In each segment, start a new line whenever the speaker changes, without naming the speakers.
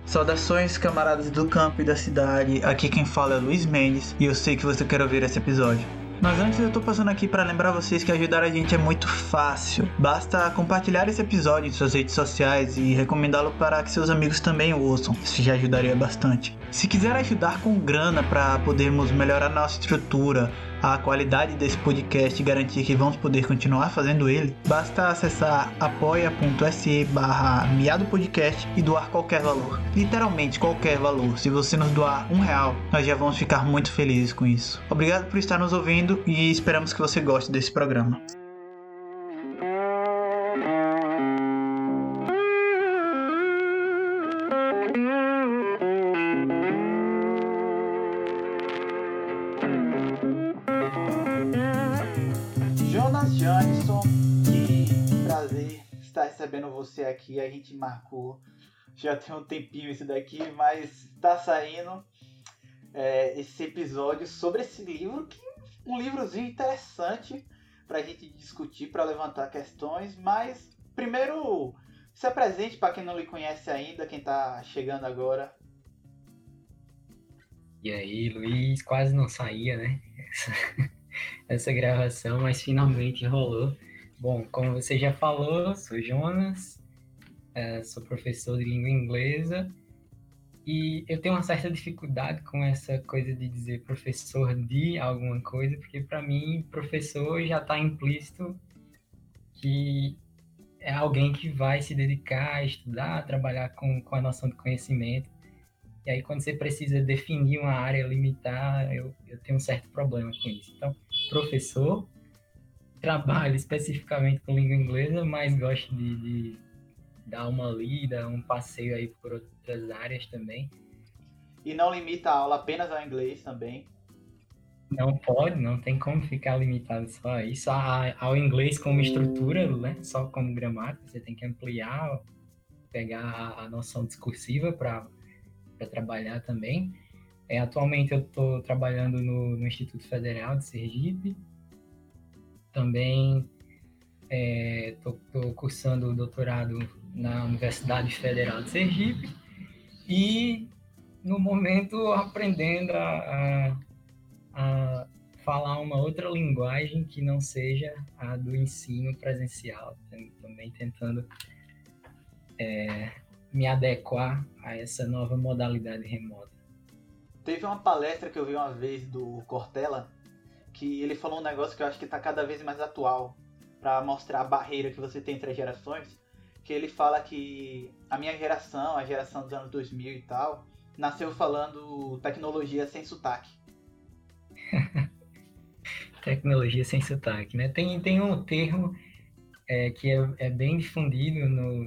Saudações, camaradas do campo e da cidade. Aqui quem fala é Luiz Mendes e eu sei que você quer ouvir esse episódio. Mas antes eu tô passando aqui para lembrar vocês que ajudar a gente é muito fácil. Basta compartilhar esse episódio em suas redes sociais e recomendá-lo para que seus amigos também o ouçam. Isso já ajudaria bastante. Se quiser ajudar com grana para podermos melhorar nossa estrutura, a qualidade desse podcast e garantir que vamos poder continuar fazendo ele, basta acessar apoia.se/miadopodcast e doar qualquer valor. Literalmente qualquer valor. Se você nos doar R$1, nós já vamos ficar muito felizes com isso. Obrigado por estar nos ouvindo e esperamos que você goste desse programa. Jonas Janisson, que prazer estar recebendo você aqui. A gente marcou já tem um tempinho isso daqui, mas está saindo esse episódio sobre esse livro, que um livrozinho interessante para a gente discutir, para levantar questões. Mas primeiro, se apresente para quem não lhe conhece ainda, quem está chegando agora.
E aí, Luiz, quase não saía, né? Essa gravação, mas finalmente rolou. Bom, como você já falou, sou Jonas, sou professor de língua inglesa e eu tenho uma certa dificuldade com essa coisa de dizer professor de alguma coisa, porque para mim, professor já está implícito que é alguém que vai se dedicar a estudar, a trabalhar com a noção de conhecimento. E aí, quando você precisa definir uma área, limitar, eu tenho um certo problema com isso. Então, professor, trabalho especificamente com língua inglesa, mas gosto de dar uma lida, um passeio aí por outras áreas também.
E não limita a aula apenas ao inglês também.
Não pode, não tem como ficar limitado só a isso, ao inglês como estrutura, né? Só como gramática, você tem que ampliar, pegar a noção discursiva para trabalhar também. Atualmente eu estou trabalhando no Instituto Federal de Sergipe. Também estou cursando o doutorado na Universidade Federal de Sergipe. E, no momento, aprendendo a falar uma outra linguagem que não seja a do ensino presencial. Também tentando me adequar a essa nova modalidade remota.
Teve uma palestra que eu vi uma vez do Cortella, que ele falou um negócio que eu acho que está cada vez mais atual, para mostrar a barreira que você tem entre as gerações, que ele fala que a minha geração, a geração dos anos 2000 e tal, nasceu falando tecnologia sem sotaque.
Tecnologia sem sotaque, né? Tem um termo que é bem difundido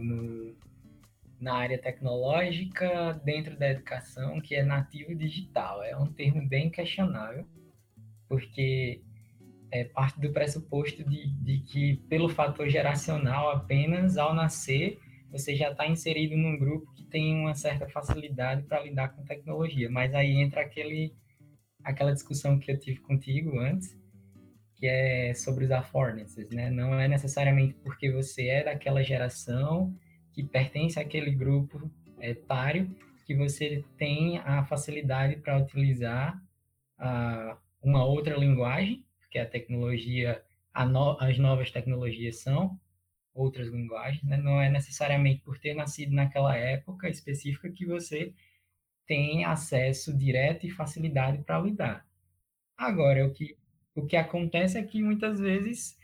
na área tecnológica, dentro da educação, que é nativo digital. É um termo bem questionável, porque parte do pressuposto de que, pelo fator geracional apenas, ao nascer, você já está inserido num grupo que tem uma certa facilidade para lidar com tecnologia. Mas aí entra aquela discussão que eu tive contigo antes, que é sobre os affordances, né? Não é necessariamente porque você é daquela geração que pertence àquele grupo etário que você tem a facilidade para utilizar uma outra linguagem, porque a tecnologia, as novas tecnologias são outras linguagens, né? Não é necessariamente por ter nascido naquela época específica que você tem acesso direto e facilidade para lidar. Agora, o que acontece é que muitas vezes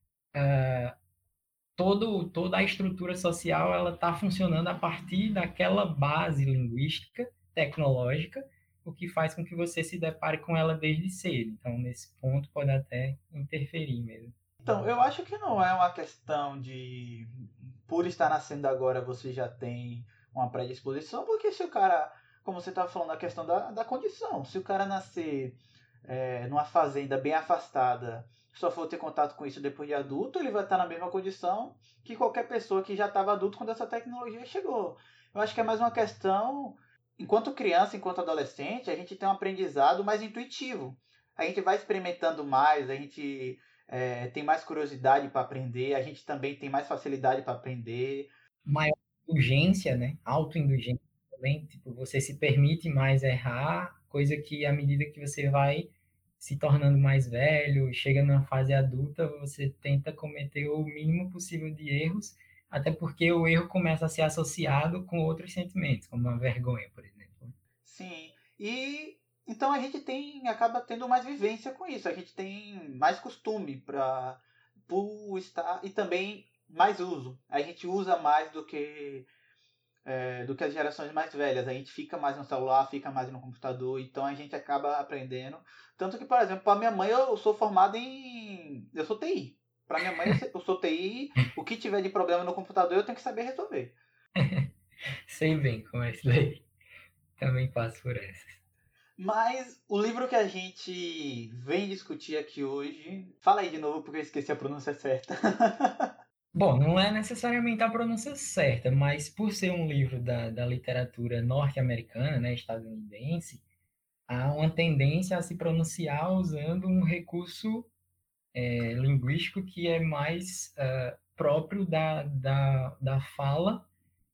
toda a estrutura social ela está funcionando a partir daquela base linguística, tecnológica, o que faz com que você se depare com ela desde cedo. Então, nesse ponto, pode até interferir mesmo.
Então, eu acho que não é uma questão de, por estar nascendo agora, você já tem uma predisposição, porque se o cara, como você estava falando, a questão da condição, se o cara nascer numa fazenda bem afastada, só for ter contato com isso depois de adulto, ele vai estar na mesma condição que qualquer pessoa que já estava adulto quando essa tecnologia chegou. Eu acho que é mais uma questão, enquanto criança, enquanto adolescente, a gente tem um aprendizado mais intuitivo. A gente vai experimentando mais, a gente tem mais curiosidade para aprender, a gente também tem mais facilidade para aprender.
Maior indulgência, né? Autoindulgência também, tipo, você se permite mais errar, coisa que à medida que você vai se tornando mais velho, chega numa fase adulta, você tenta cometer o mínimo possível de erros, até porque o erro começa a ser associado com outros sentimentos, como a vergonha, por exemplo.
Sim. E então a gente acaba tendo mais vivência com isso. A gente tem mais costume para por estar e também mais uso. A gente usa mais do que as gerações mais velhas. A gente fica mais no celular, fica mais no computador, então a gente acaba aprendendo. Tanto que, por exemplo, para minha mãe eu sou formado em. Eu sou TI. Para minha mãe eu sou TI, o que tiver de problema no computador eu tenho que saber resolver.
Sei bem como é isso daí. Também passo por essas.
Mas o livro que a gente vem discutir aqui hoje. Fala aí de novo porque eu esqueci a pronúncia certa.
Bom, não é necessariamente a pronúncia certa, mas por ser um livro da literatura norte-americana, né, estadunidense, há uma tendência a se pronunciar usando um recurso linguístico que é mais próprio da fala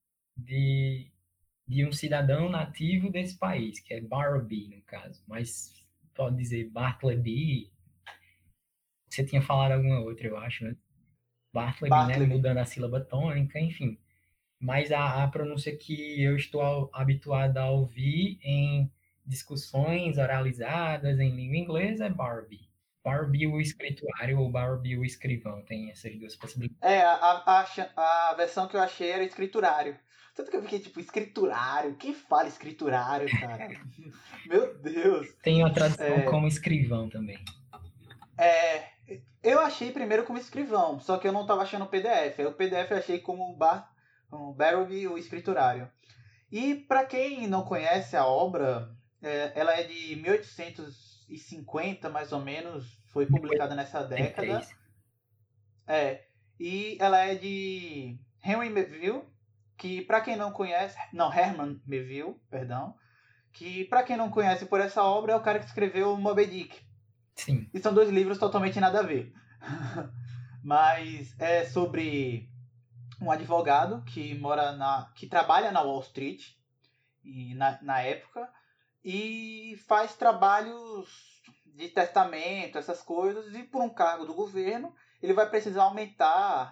de, de um cidadão nativo desse país, que é Bartleby, no caso. Mas pode dizer Bartleby, você tinha falado alguma outra, eu acho, né? Bartleby, né?
Bartleby.
Mudando a sílaba tônica, enfim. Mas a pronúncia que eu estou habituado a ouvir em discussões oralizadas em língua inglesa é Barbie. Barbie o escrituário ou Barbie o escrivão, tem essas duas possibilidades.
É, a versão que eu achei era escriturário. Tanto que eu fiquei tipo, escriturário? Quem fala escriturário, cara? Meu Deus.
Tem a tradução
É,
como escrivão também.
é, eu achei primeiro como escrivão, só que eu não tava achando o PDF. Aí o PDF eu achei como Barrowby, o escriturário. E para quem não conhece a obra, ela é de 1850, mais ou menos, foi publicada nessa década.
83.
É, e ela é de Henry Melville, que para quem não conhece, não, Herman Melville, perdão, que para quem não conhece por essa obra é o cara que escreveu Moby Dick.
Sim,
E são dois livros totalmente nada a ver. Mas é sobre um advogado que trabalha na Wall Street na época e faz trabalhos de testamento, essas coisas, e por um cargo do governo ele vai precisar aumentar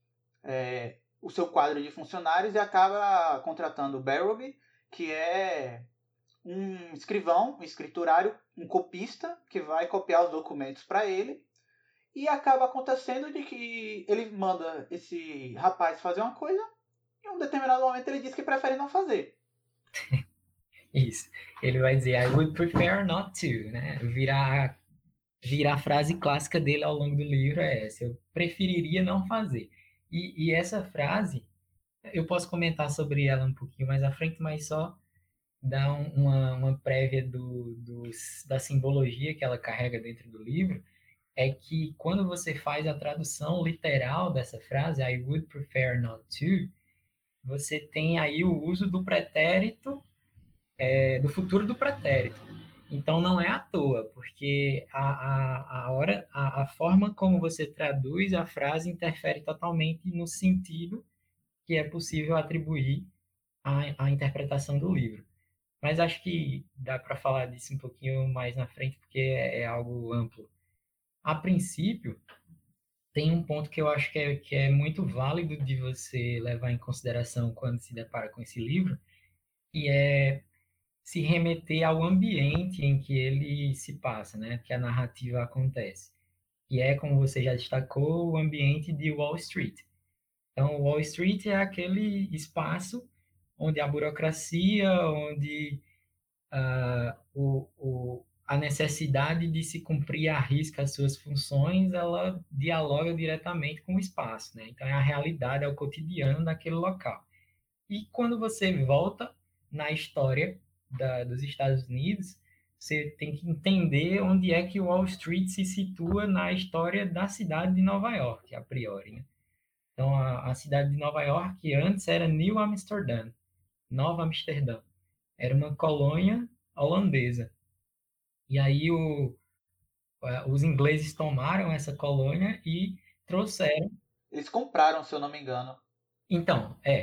o seu quadro de funcionários e acaba contratando o Barrowby, que é um escrivão, um escriturário, um copista, que vai copiar os documentos para ele. E acaba acontecendo de que ele manda esse rapaz fazer uma coisa e em um determinado momento ele diz que prefere não fazer.
isso. Ele vai dizer, I would prefer not to, né? Virar a frase clássica dele ao longo do livro é essa, eu preferiria não fazer. E essa frase, eu posso comentar sobre ela um pouquinho mais à frente, mas só dar uma prévia da simbologia que ela carrega dentro do livro, é que quando você faz a tradução literal dessa frase, I would prefer not to, você tem aí o uso do pretérito, do futuro do pretérito. Então não é à toa, porque a forma como você traduz a frase interfere totalmente no sentido que é possível atribuir à interpretação do livro. Mas acho que dá para falar disso um pouquinho mais na frente, porque é algo amplo. A princípio, tem um ponto que eu acho que é muito válido de você levar em consideração quando se depara com esse livro, e é se remeter ao ambiente em que ele se passa, né? Que a narrativa acontece. E é, como você já destacou, o ambiente de Wall Street. Então, Wall Street é aquele espaço onde a burocracia, onde a necessidade de se cumprir à risca as suas funções, ela dialoga diretamente com o espaço, né? Então, é a realidade, é o cotidiano daquele local. E quando você volta na história dos Estados Unidos, você tem que entender onde é que Wall Street se situa na história da cidade de Nova York, a priori, né? Então, a cidade de Nova York antes era New Amsterdam, Nova Amsterdã. Era uma colônia holandesa. E aí os ingleses tomaram essa colônia e trouxeram.
Eles compraram, se eu não me engano.
Então,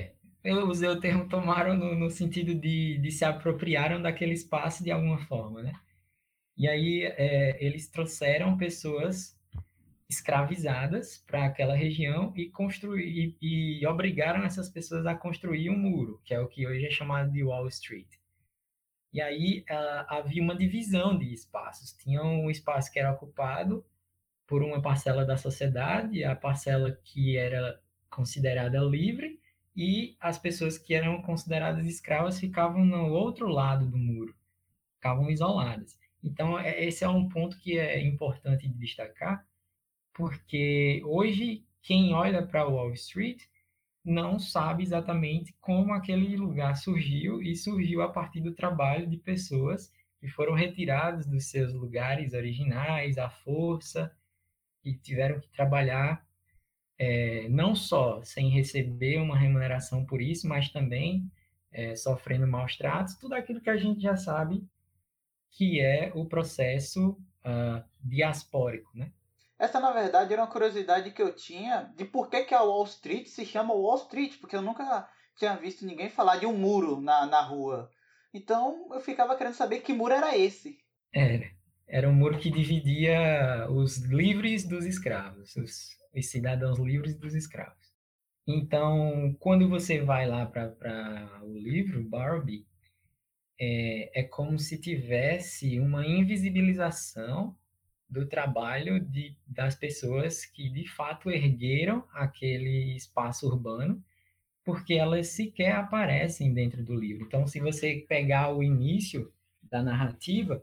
eu usei o termo tomaram no sentido de se apropriaram daquele espaço de alguma forma, né? E aí eles trouxeram pessoas escravizadas para aquela região e construir e obrigaram essas pessoas a construir um muro, que é o que hoje é chamado de Wall Street. E aí havia uma divisão de espaços. Tinha um espaço que era ocupado por uma parcela da sociedade, a parcela que era considerada livre, e as pessoas que eram consideradas escravas ficavam no outro lado do muro, ficavam isoladas. Então, esse é um ponto que é importante de destacar, porque hoje quem olha para Wall Street não sabe exatamente como aquele lugar surgiu e surgiu a partir do trabalho de pessoas que foram retiradas dos seus lugares originais à força e tiveram que trabalhar não só sem receber uma remuneração por isso, mas também sofrendo maus tratos, tudo aquilo que a gente já sabe que é o processo diaspórico, né?
Essa, na verdade, era uma curiosidade que eu tinha de por que a Wall Street se chama Wall Street, porque eu nunca tinha visto ninguém falar de um muro na rua. Então eu ficava querendo saber que muro era esse.
Era um muro que dividia os livres dos escravos, os cidadãos livres dos escravos. Então, quando você vai lá para o livro, Barbie, é como se tivesse uma invisibilização do trabalho das pessoas que de fato ergueram aquele espaço urbano, porque elas sequer aparecem dentro do livro. Então, se você pegar o início da narrativa,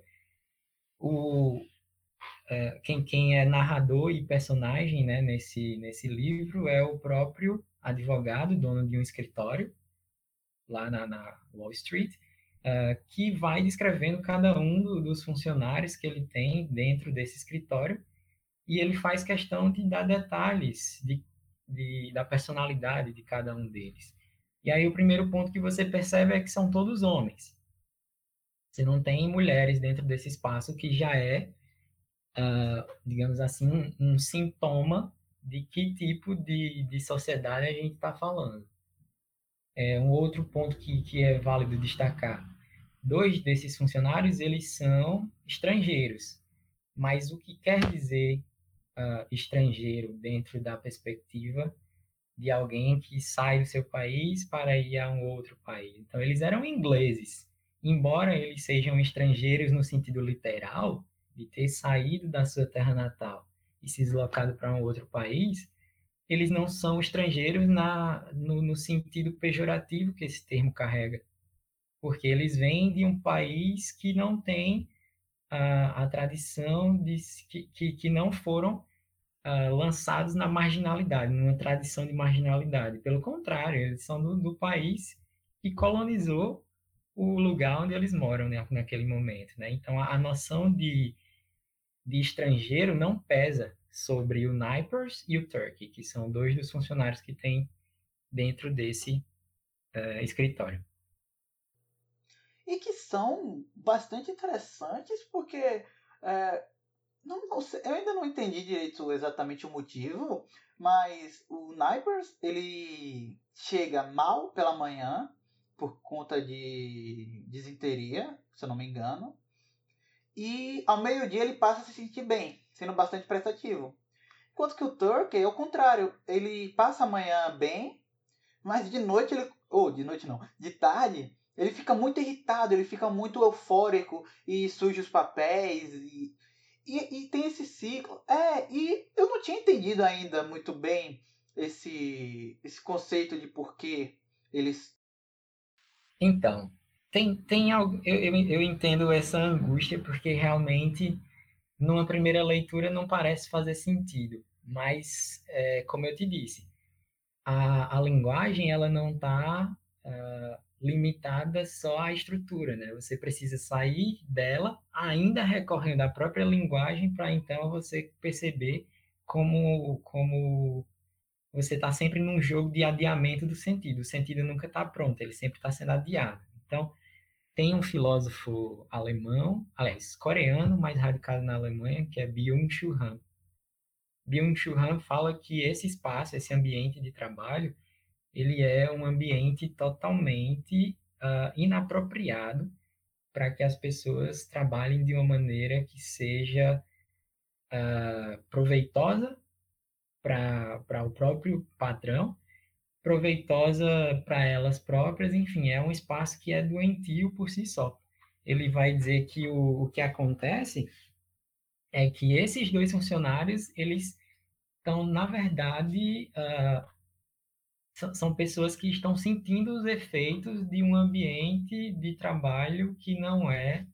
quem é narrador e personagem, né, nesse livro é o próprio advogado, dono de um escritório lá na Wall Street, que vai descrevendo cada um dos funcionários que ele tem dentro desse escritório, e ele faz questão de dar detalhes da personalidade de cada um deles. E aí o primeiro ponto que você percebe é que são todos homens. Você não tem mulheres dentro desse espaço, que já é, digamos assim, um sintoma de que tipo de sociedade a gente está falando. Um outro ponto que é válido destacar: dois desses funcionários eles são estrangeiros, mas o que quer dizer estrangeiro dentro da perspectiva de alguém que sai do seu país para ir a um outro país? Então, eles eram ingleses, embora eles sejam estrangeiros no sentido literal, de ter saído da sua terra natal e se deslocado para um outro país. Eles não são estrangeiros no sentido pejorativo que esse termo carrega, porque eles vêm de um país que não tem a tradição que não foram lançados na marginalidade, numa tradição de marginalidade. Pelo contrário, eles são do país que colonizou o lugar onde eles moram, né, naquele momento, né? Então, a noção de estrangeiro não pesa sobre o Naipers e o Turkey, que são dois dos funcionários que tem dentro desse escritório.
E que são bastante interessantes, porque não sei, eu ainda não entendi direito exatamente o motivo, mas o Nipers, ele chega mal pela manhã por conta de disenteria, se eu não me engano, e ao meio-dia ele passa a se sentir bem, sendo bastante prestativo. Enquanto que o Turkey é o contrário, ele passa a manhã bem, mas de noite ele. Ou de noite não, de tarde, ele fica muito irritado, ele fica muito eufórico e suja os papéis e tem esse ciclo. E eu não tinha entendido ainda muito bem esse conceito de por que eles.
Então, tem algo. Eu entendo essa angústia, porque realmente, numa primeira leitura, não parece fazer sentido. Mas, como eu te disse, a linguagem ela não está limitada só à estrutura, né? Você precisa sair dela, ainda recorrendo à própria linguagem, para então você perceber como você está sempre num jogo de adiamento do sentido. O sentido nunca está pronto, ele sempre está sendo adiado. Então, tem um filósofo alemão, aliás, coreano, mas radicado na Alemanha, que é Byung-Chul Han. Byung-Chul Han fala que esse espaço, esse ambiente de trabalho, ele é um ambiente totalmente inapropriado para que as pessoas trabalhem de uma maneira que seja proveitosa para o próprio patrão, proveitosa para elas próprias, enfim, é um espaço que é doentio por si só. Ele vai dizer que o que acontece é que esses dois funcionários, eles estão, na verdade, são pessoas que estão sentindo os efeitos de um ambiente de trabalho que não é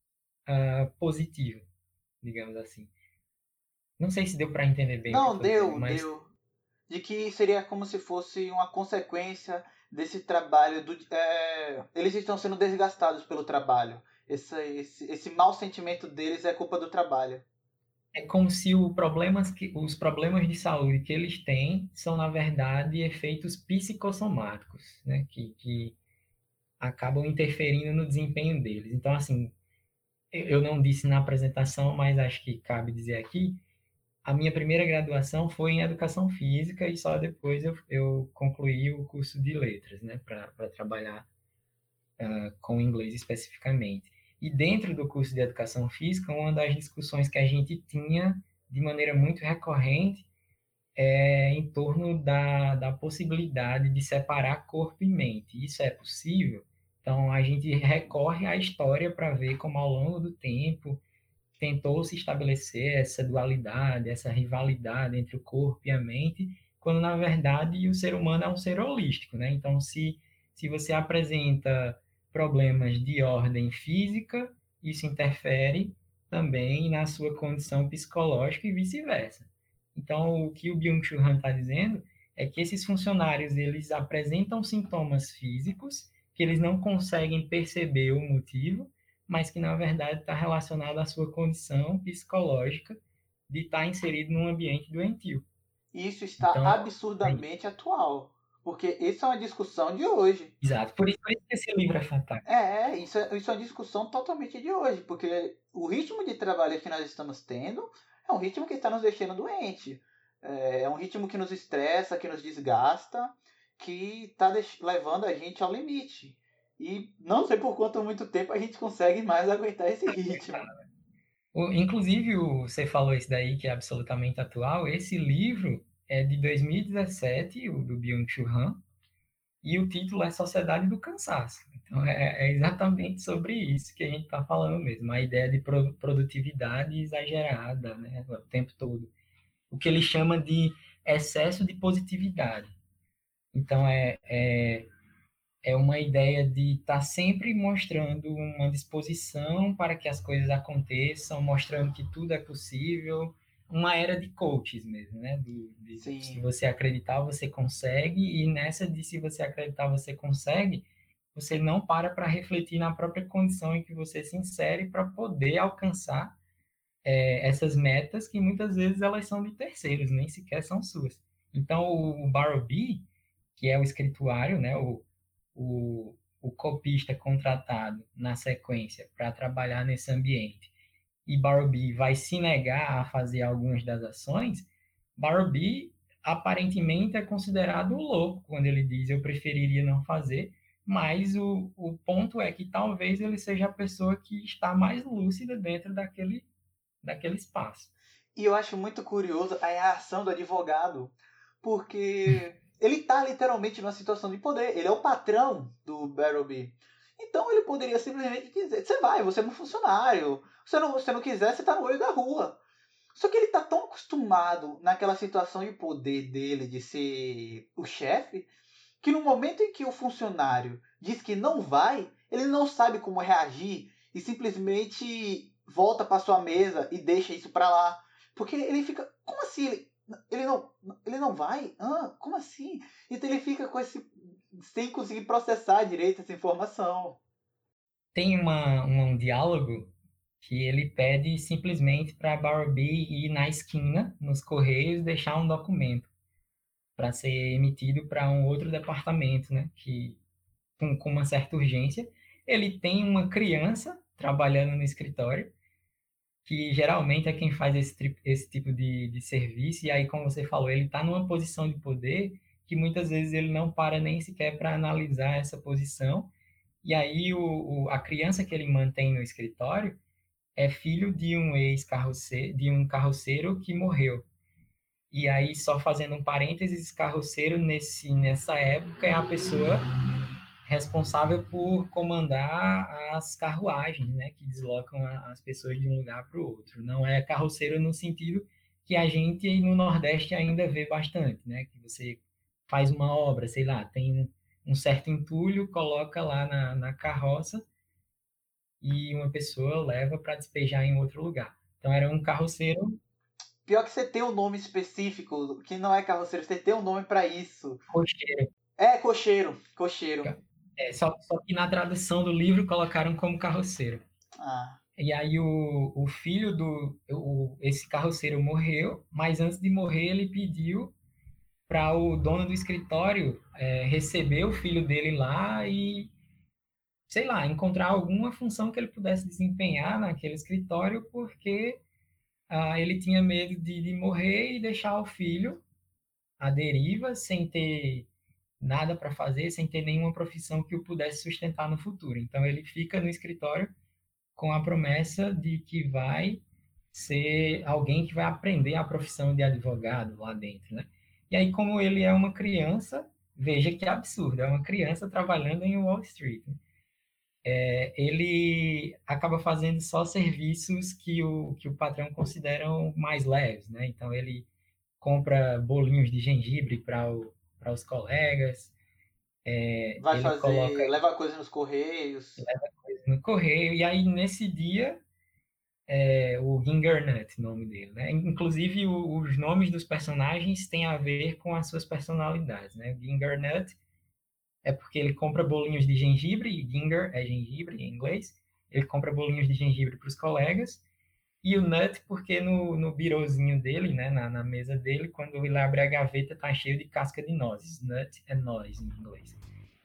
positivo, digamos assim. Não sei se deu para entender bem o que eu
Não,
estou dizendo,
deu,
mas
deu. De que seria como se fosse uma consequência desse trabalho. Eles estão sendo desgastados pelo trabalho. Esse mau sentimento deles é culpa do trabalho.
é como se os problemas de saúde que eles têm são, na verdade, efeitos psicossomáticos, né? Que acabam interferindo no desempenho deles. Então, assim, eu não disse na apresentação, mas acho que cabe dizer aqui, a minha primeira graduação foi em Educação Física e só depois eu concluí o curso de Letras, né? Para trabalhar com inglês especificamente. E dentro do curso de Educação Física, uma das discussões que a gente tinha de maneira muito recorrente em torno da possibilidade de separar corpo e mente. Isso é possível? Então, a gente recorre à história para ver como, ao longo do tempo, tentou se estabelecer essa dualidade, essa rivalidade entre o corpo e a mente, quando, na verdade, o ser humano é um ser holístico, né? Então, se você apresenta problemas de ordem física, isso interfere também na sua condição psicológica e vice-versa. Então, o que o Byung-Chul Han está dizendo é que esses funcionários, eles apresentam sintomas físicos que eles não conseguem perceber o motivo, mas que, na verdade, está relacionado à sua condição psicológica de estar inserido num ambiente doentio.
E isso está
Então, é isso.
absurdamente atual. Porque isso é uma discussão de hoje.
Exato. Por isso que esse livro é fantástico.
Isso é uma discussão totalmente de hoje. Porque o ritmo de trabalho que nós estamos tendo é um ritmo que está nos deixando doente. É um ritmo que nos estressa, que nos desgasta, que está levando a gente ao limite. E não sei por quanto muito tempo a gente consegue mais aguentar esse ritmo.
Inclusive, você falou isso daí, que é absolutamente atual. Esse livro é de 2017, o do Byung-Chul Han, e o título é Sociedade do Cansaço. Então, é exatamente sobre isso que a gente está falando mesmo, a ideia de produtividade exagerada, né, o tempo todo. O que ele chama de excesso de positividade. Então, é uma ideia de estar sempre mostrando uma disposição para que as coisas aconteçam, mostrando que tudo é possível, uma era de coaches mesmo, né? Se
Sim.
você acreditar, você consegue, e nessa de se você acreditar, você consegue, você não para refletir na própria condição em que você se insere para poder alcançar essas metas que muitas vezes elas são de terceiros, nem sequer são suas. Então, o Bartleby, que é o escrituário, né? O copista contratado na sequência para trabalhar nesse ambiente e Bartleby vai se negar a fazer algumas das ações, Bartleby aparentemente é considerado louco quando ele diz eu preferiria não fazer, mas o ponto é que talvez ele seja a pessoa que está mais lúcida dentro daquele espaço.
E eu acho muito curioso a reação do advogado, porque ele está literalmente numa situação de poder. Ele é o patrão do Bartleby. Então ele poderia simplesmente dizer: você vai, você é um funcionário. Se você não quiser, você está no olho da rua. Só que ele está tão acostumado naquela situação de poder dele, de ser o chefe, que no momento em que o funcionário diz que não vai, ele não sabe como reagir e simplesmente volta para sua mesa e deixa isso para lá. Porque ele fica, como assim? Ele não vai? Como assim? Então ele fica com esse sem conseguir processar direito essa informação.
Tem um diálogo que ele pede simplesmente para Bartleby ir na esquina, nos correios, deixar um documento para ser emitido para um outro departamento, né, que com uma certa urgência. Ele tem uma criança trabalhando no escritório, que geralmente é quem faz esse tipo de serviço, e aí, como você falou, ele está numa posição de poder que muitas vezes ele não para nem sequer para analisar essa posição. E aí a criança que ele mantém no escritório é filho de um ex-carroceiro, de um carroceiro que morreu. E aí, só fazendo um parênteses, carroceiro nessa época é a pessoa responsável por comandar as carruagens, né, que deslocam as pessoas de um lugar para o outro. Não é carroceiro no sentido que a gente no Nordeste ainda vê bastante, né, que você faz uma obra, sei lá, tem um certo entulho, coloca lá na carroça e uma pessoa leva para despejar em outro lugar. Então era um carroceiro.
Pior que você tem um nome específico, que não é carroceiro, você tem um nome para isso.
Cocheiro.
É, cocheiro. Cocheiro.
Só que na tradução do livro colocaram como carroceiro.
Ah.
E aí o filho esse carroceiro morreu, mas antes de morrer ele pediu para o dono do escritório receber o filho dele lá e, sei lá, encontrar alguma função que ele pudesse desempenhar naquele escritório, porque ele tinha medo de morrer e deixar o filho à deriva, sem ter nada para fazer, sem ter nenhuma profissão que o pudesse sustentar no futuro. Então ele fica no escritório com a promessa de que vai ser alguém que vai aprender a profissão de advogado lá dentro, né? E aí, como ele é uma criança, veja que absurdo, é uma criança trabalhando em Wall Street, né? Ele acaba fazendo só serviços que o patrão considera mais leves, né? Então, ele compra bolinhos de gengibre para os colegas,
Vai
ele coloca,
leva coisa nos correios.
leva coisa no correio, e aí, nesse dia, o Gingernut, o nome dele, né? Inclusive, os nomes dos personagens têm a ver com as suas personalidades, né? O Gingernut é porque ele compra bolinhos de gengibre, e Ginger é gengibre em inglês, ele compra bolinhos de gengibre para os colegas, e o Nut porque no birozinho dele, né, na mesa dele, quando ele abre a gaveta, tá cheio de casca de nozes. Nut é noz em inglês.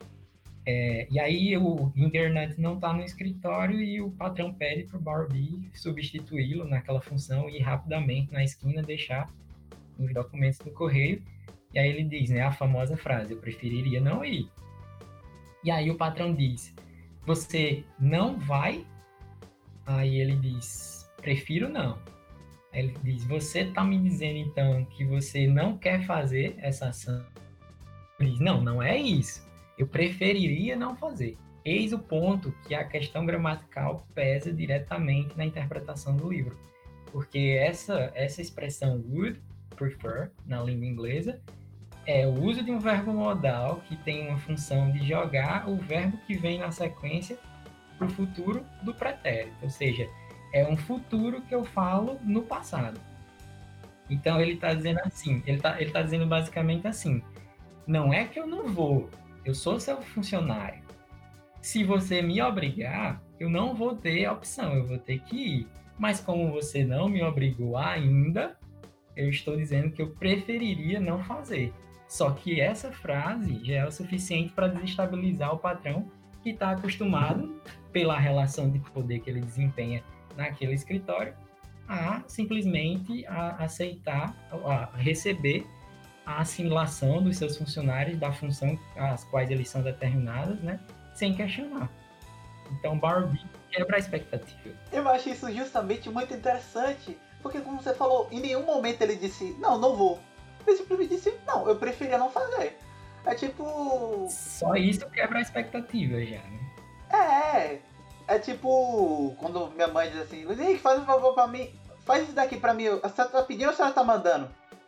E aí o Gingernut não está no escritório e o patrão pede para o Barbie substituí-lo naquela função e ir rapidamente na esquina deixar os documentos do correio. E aí ele diz, né, a famosa frase, eu preferiria não ir. E aí o patrão diz, você não vai? Aí ele diz, prefiro não. Aí ele diz, você está me dizendo então que você não quer fazer essa ação? Ele diz, não é isso. Eu preferiria não fazer. Eis o ponto que a questão gramatical pesa diretamente na interpretação do livro. Porque essa expressão would, prefer, na língua inglesa, é o uso de um verbo modal que tem uma função de jogar o verbo que vem na sequência para o futuro do pretérito. Ou seja, é um futuro que eu falo no passado. Então ele está dizendo assim, ele tá dizendo basicamente assim, não é que eu não vou, eu sou seu funcionário. Se você me obrigar, eu não vou ter a opção, eu vou ter que ir. Mas como você não me obrigou ainda, eu estou dizendo que eu preferiria não fazer. Só que essa frase já é o suficiente para desestabilizar o patrão que está acostumado, pela relação de poder que ele desempenha naquele escritório, a simplesmente aceitar, a receber a assimilação dos seus funcionários da função às quais eles são determinadas, né, sem questionar. Então, Barbie quebra a expectativa.
Eu acho isso justamente muito interessante, porque como você falou, em nenhum momento ele disse, não vou. Ele simplesmente disse, não, eu preferia não fazer. É tipo...
Só isso quebra a expectativa já, né?
É tipo, quando minha mãe diz assim, Luiz Henrique, faz um favor pra mim, faz isso daqui pra mim, a senhora tá pedindo ou a senhora tá mandando?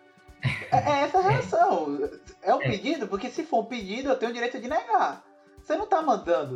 É essa a relação. É um pedido, porque se for um pedido, eu tenho o direito de negar. Você não tá mandando.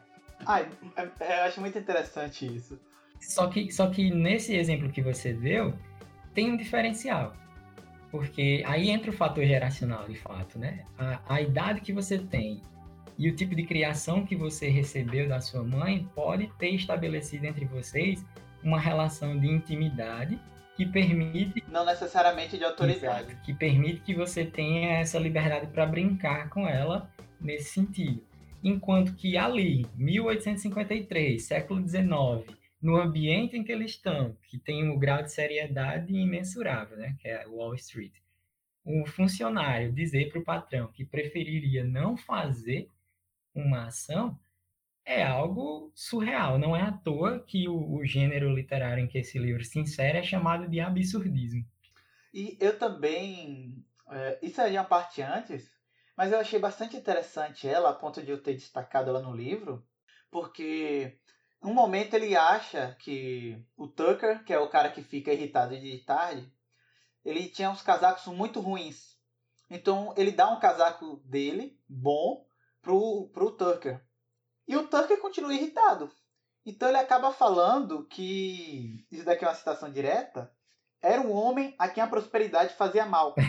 Eu acho muito interessante isso.
Só que nesse exemplo que você deu, tem um diferencial. Porque aí entra o fator geracional, de fato, né? A idade que você tem e o tipo de criação que você recebeu da sua mãe pode ter estabelecido entre vocês uma relação de intimidade que permite...
Não necessariamente de autoridade.
Exato, que permite que você tenha essa liberdade para brincar com ela nesse sentido. Enquanto que ali, 1853, século XIX, no ambiente em que eles estão, que tem um grau de seriedade imensurável, né? Que é Wall Street. o funcionário dizer para o patrão que preferiria não fazer uma ação é algo surreal. Não é à toa que o gênero literário em que esse livro se insere é chamado de absurdismo.
E eu também. Isso aí é uma parte antes, mas eu achei bastante interessante ela, a ponto de eu ter destacado ela no livro, porque um momento ele acha que o Tucker, que é o cara que fica irritado de tarde, ele tinha uns casacos muito ruins. Então ele dá um casaco dele, bom, pro Tucker. E o Tucker continua irritado. Então ele acaba falando que. Isso daqui é uma citação direta. Era um homem a quem a prosperidade fazia mal.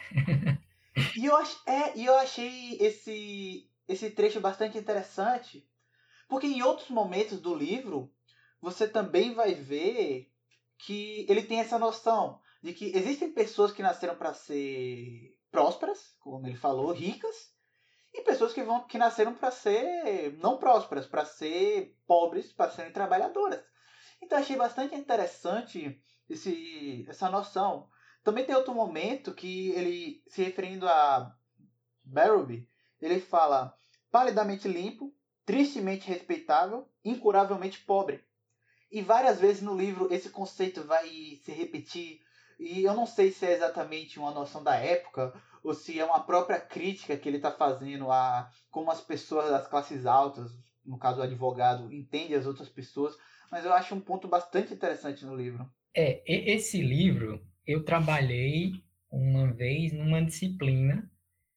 E eu achei esse trecho bastante interessante, porque em outros momentos do livro você também vai ver que ele tem essa noção de que existem pessoas que nasceram para ser prósperas, como ele falou, ricas, e pessoas que nasceram para ser não prósperas, para ser pobres, para serem trabalhadoras. Então achei bastante interessante essa noção. Também tem outro momento que ele, se referindo a Barrowby, ele fala palidamente limpo, tristemente respeitável, incuravelmente pobre. E várias vezes no livro esse conceito vai se repetir. E eu não sei se é exatamente uma noção da época ou se é uma própria crítica que ele está fazendo a como as pessoas das classes altas, no caso o advogado, entendem as outras pessoas. Mas eu acho um ponto bastante interessante no livro.
Esse livro eu trabalhei uma vez numa disciplina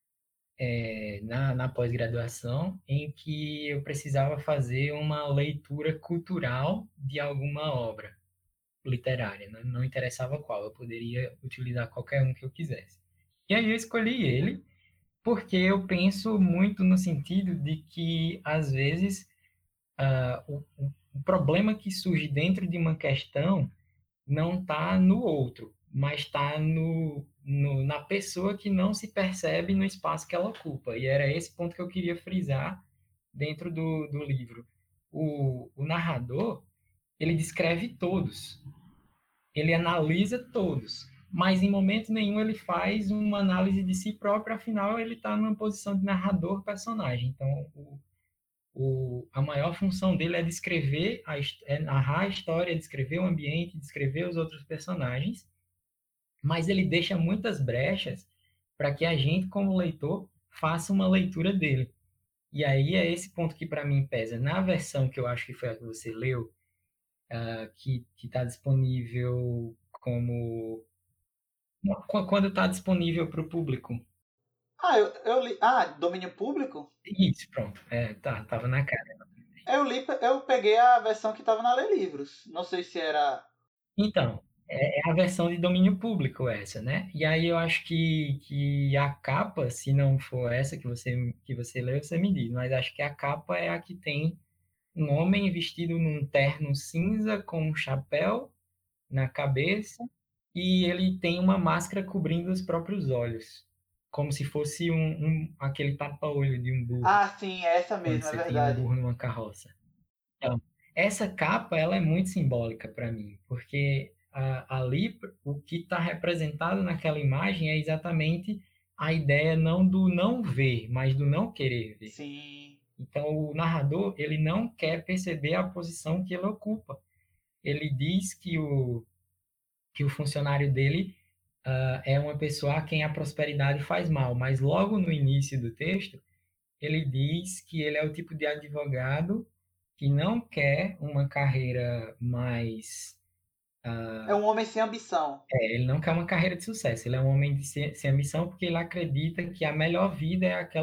na pós-graduação em que eu precisava fazer uma leitura cultural de alguma obra literária, não interessava qual, eu poderia utilizar qualquer um que eu quisesse. E aí eu escolhi ele porque eu penso muito no sentido de que, às vezes, o problema que surge dentro de uma questão não está no outro, mas está na pessoa que não se percebe no espaço que ela ocupa. E era esse ponto que eu queria frisar dentro do livro. O narrador, ele descreve todos, ele analisa todos, mas em momento nenhum ele faz uma análise de si próprio, afinal ele está numa posição de narrador-personagem. Então, a maior função dele é descrever, é narrar a história, descrever o ambiente, descrever os outros personagens, mas ele deixa muitas brechas para que a gente, como leitor, faça uma leitura dele. E aí é esse ponto que para mim pesa. Na versão que eu acho que foi a que você leu, que está disponível como... Quando está disponível para o público.
Eu li. Ah, domínio público?
Isso, pronto. Tava na cara.
Eu peguei a versão que estava na Lê Livros. Não sei se era.
Então, é a versão de domínio público essa, né? E aí eu acho que a capa, se não for essa que você leu, você me diz, mas acho que a capa é a que tem um homem vestido num terno cinza com um chapéu na cabeça e ele tem uma máscara cobrindo os próprios olhos, como se fosse aquele tapa-olho de um burro,
Ah, sim, é essa
quando
mesmo, é
você tem um
verdade.
burro numa carroça. Então, essa capa ela é muito simbólica para mim, porque ali o que está representado naquela imagem é exatamente a ideia não do não ver, mas do não querer ver.
Sim.
Então, o narrador ele não quer perceber a posição que ele ocupa. Ele diz que o funcionário dele é uma pessoa a quem a prosperidade faz mal, mas logo no início do texto ele diz que ele é o tipo de advogado que não quer uma carreira mais.
É um homem sem ambição.
Ele não quer uma carreira de sucesso, ele é um homem sem ambição porque ele acredita que a melhor vida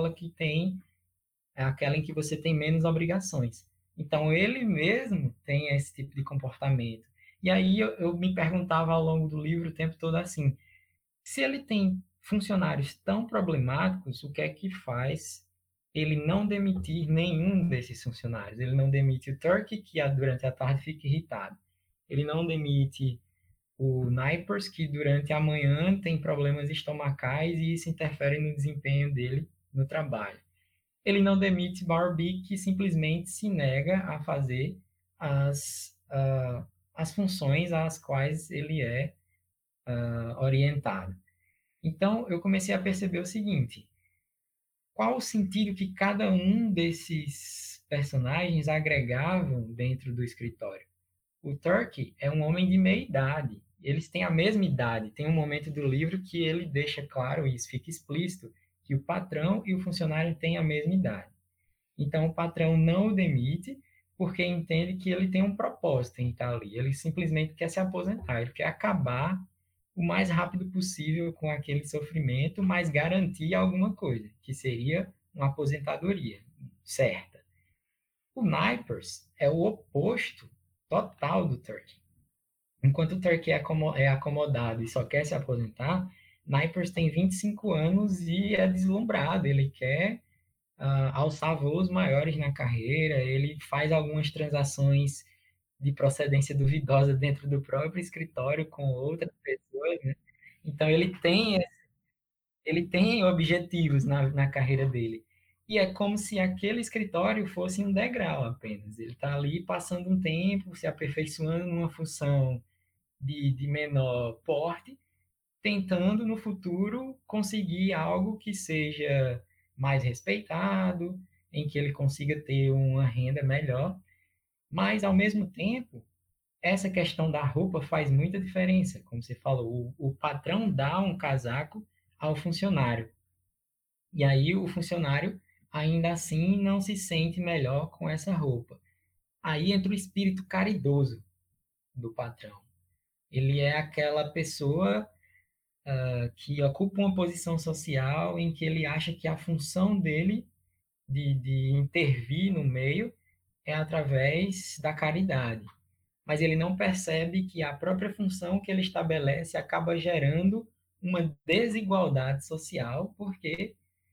é aquela em que você tem menos obrigações. Então ele mesmo tem esse tipo de comportamento. E aí eu me perguntava ao longo do livro o tempo todo assim: se ele tem funcionários tão problemáticos, o que é que faz ele não demitir nenhum desses funcionários? Ele não demite o Turkey, que durante a tarde fica irritado. Ele não demite o Nipers, que durante a manhã tem problemas estomacais e isso interfere no desempenho dele no trabalho. Ele não demite Barbie, que simplesmente se nega a fazer as funções às quais ele é orientado. Então, eu comecei a perceber o seguinte: qual o sentido que cada um desses personagens agregavam dentro do escritório? O Turkey é um homem de meia idade. Eles têm a mesma idade. Tem um momento do livro que ele deixa claro, e isso fica explícito, que o patrão e o funcionário têm a mesma idade. Então, o patrão não o demite porque entende que ele tem um propósito em estar ali. Ele simplesmente quer se aposentar, ele quer acabar o mais rápido possível com aquele sofrimento, mas garantir alguma coisa, que seria uma aposentadoria certa. O Nipers é o oposto total do Turkey. Enquanto o Turkey é acomodado e só quer se aposentar, Nipers tem 25 anos e é deslumbrado, ele quer alçar voos maiores na carreira, ele faz algumas transações de procedência duvidosa dentro do próprio escritório com outras pessoas, né? Então ele tem objetivos na carreira dele. E é como se aquele escritório fosse um degrau apenas. Ele está ali passando um tempo, se aperfeiçoando numa função de menor porte, tentando no futuro conseguir algo que seja mais respeitado, em que ele consiga ter uma renda melhor, mas ao mesmo tempo, essa questão da roupa faz muita diferença. Como você falou, o patrão dá um casaco ao funcionário, e aí o funcionário ainda assim não se sente melhor com essa roupa. Aí entra o espírito caridoso do patrão. Ele é aquela pessoa que ocupa uma posição social em que ele acha que a função dele de intervir no meio é através da caridade. Mas ele não percebe que a própria função que ele estabelece acaba gerando uma desigualdade social, porque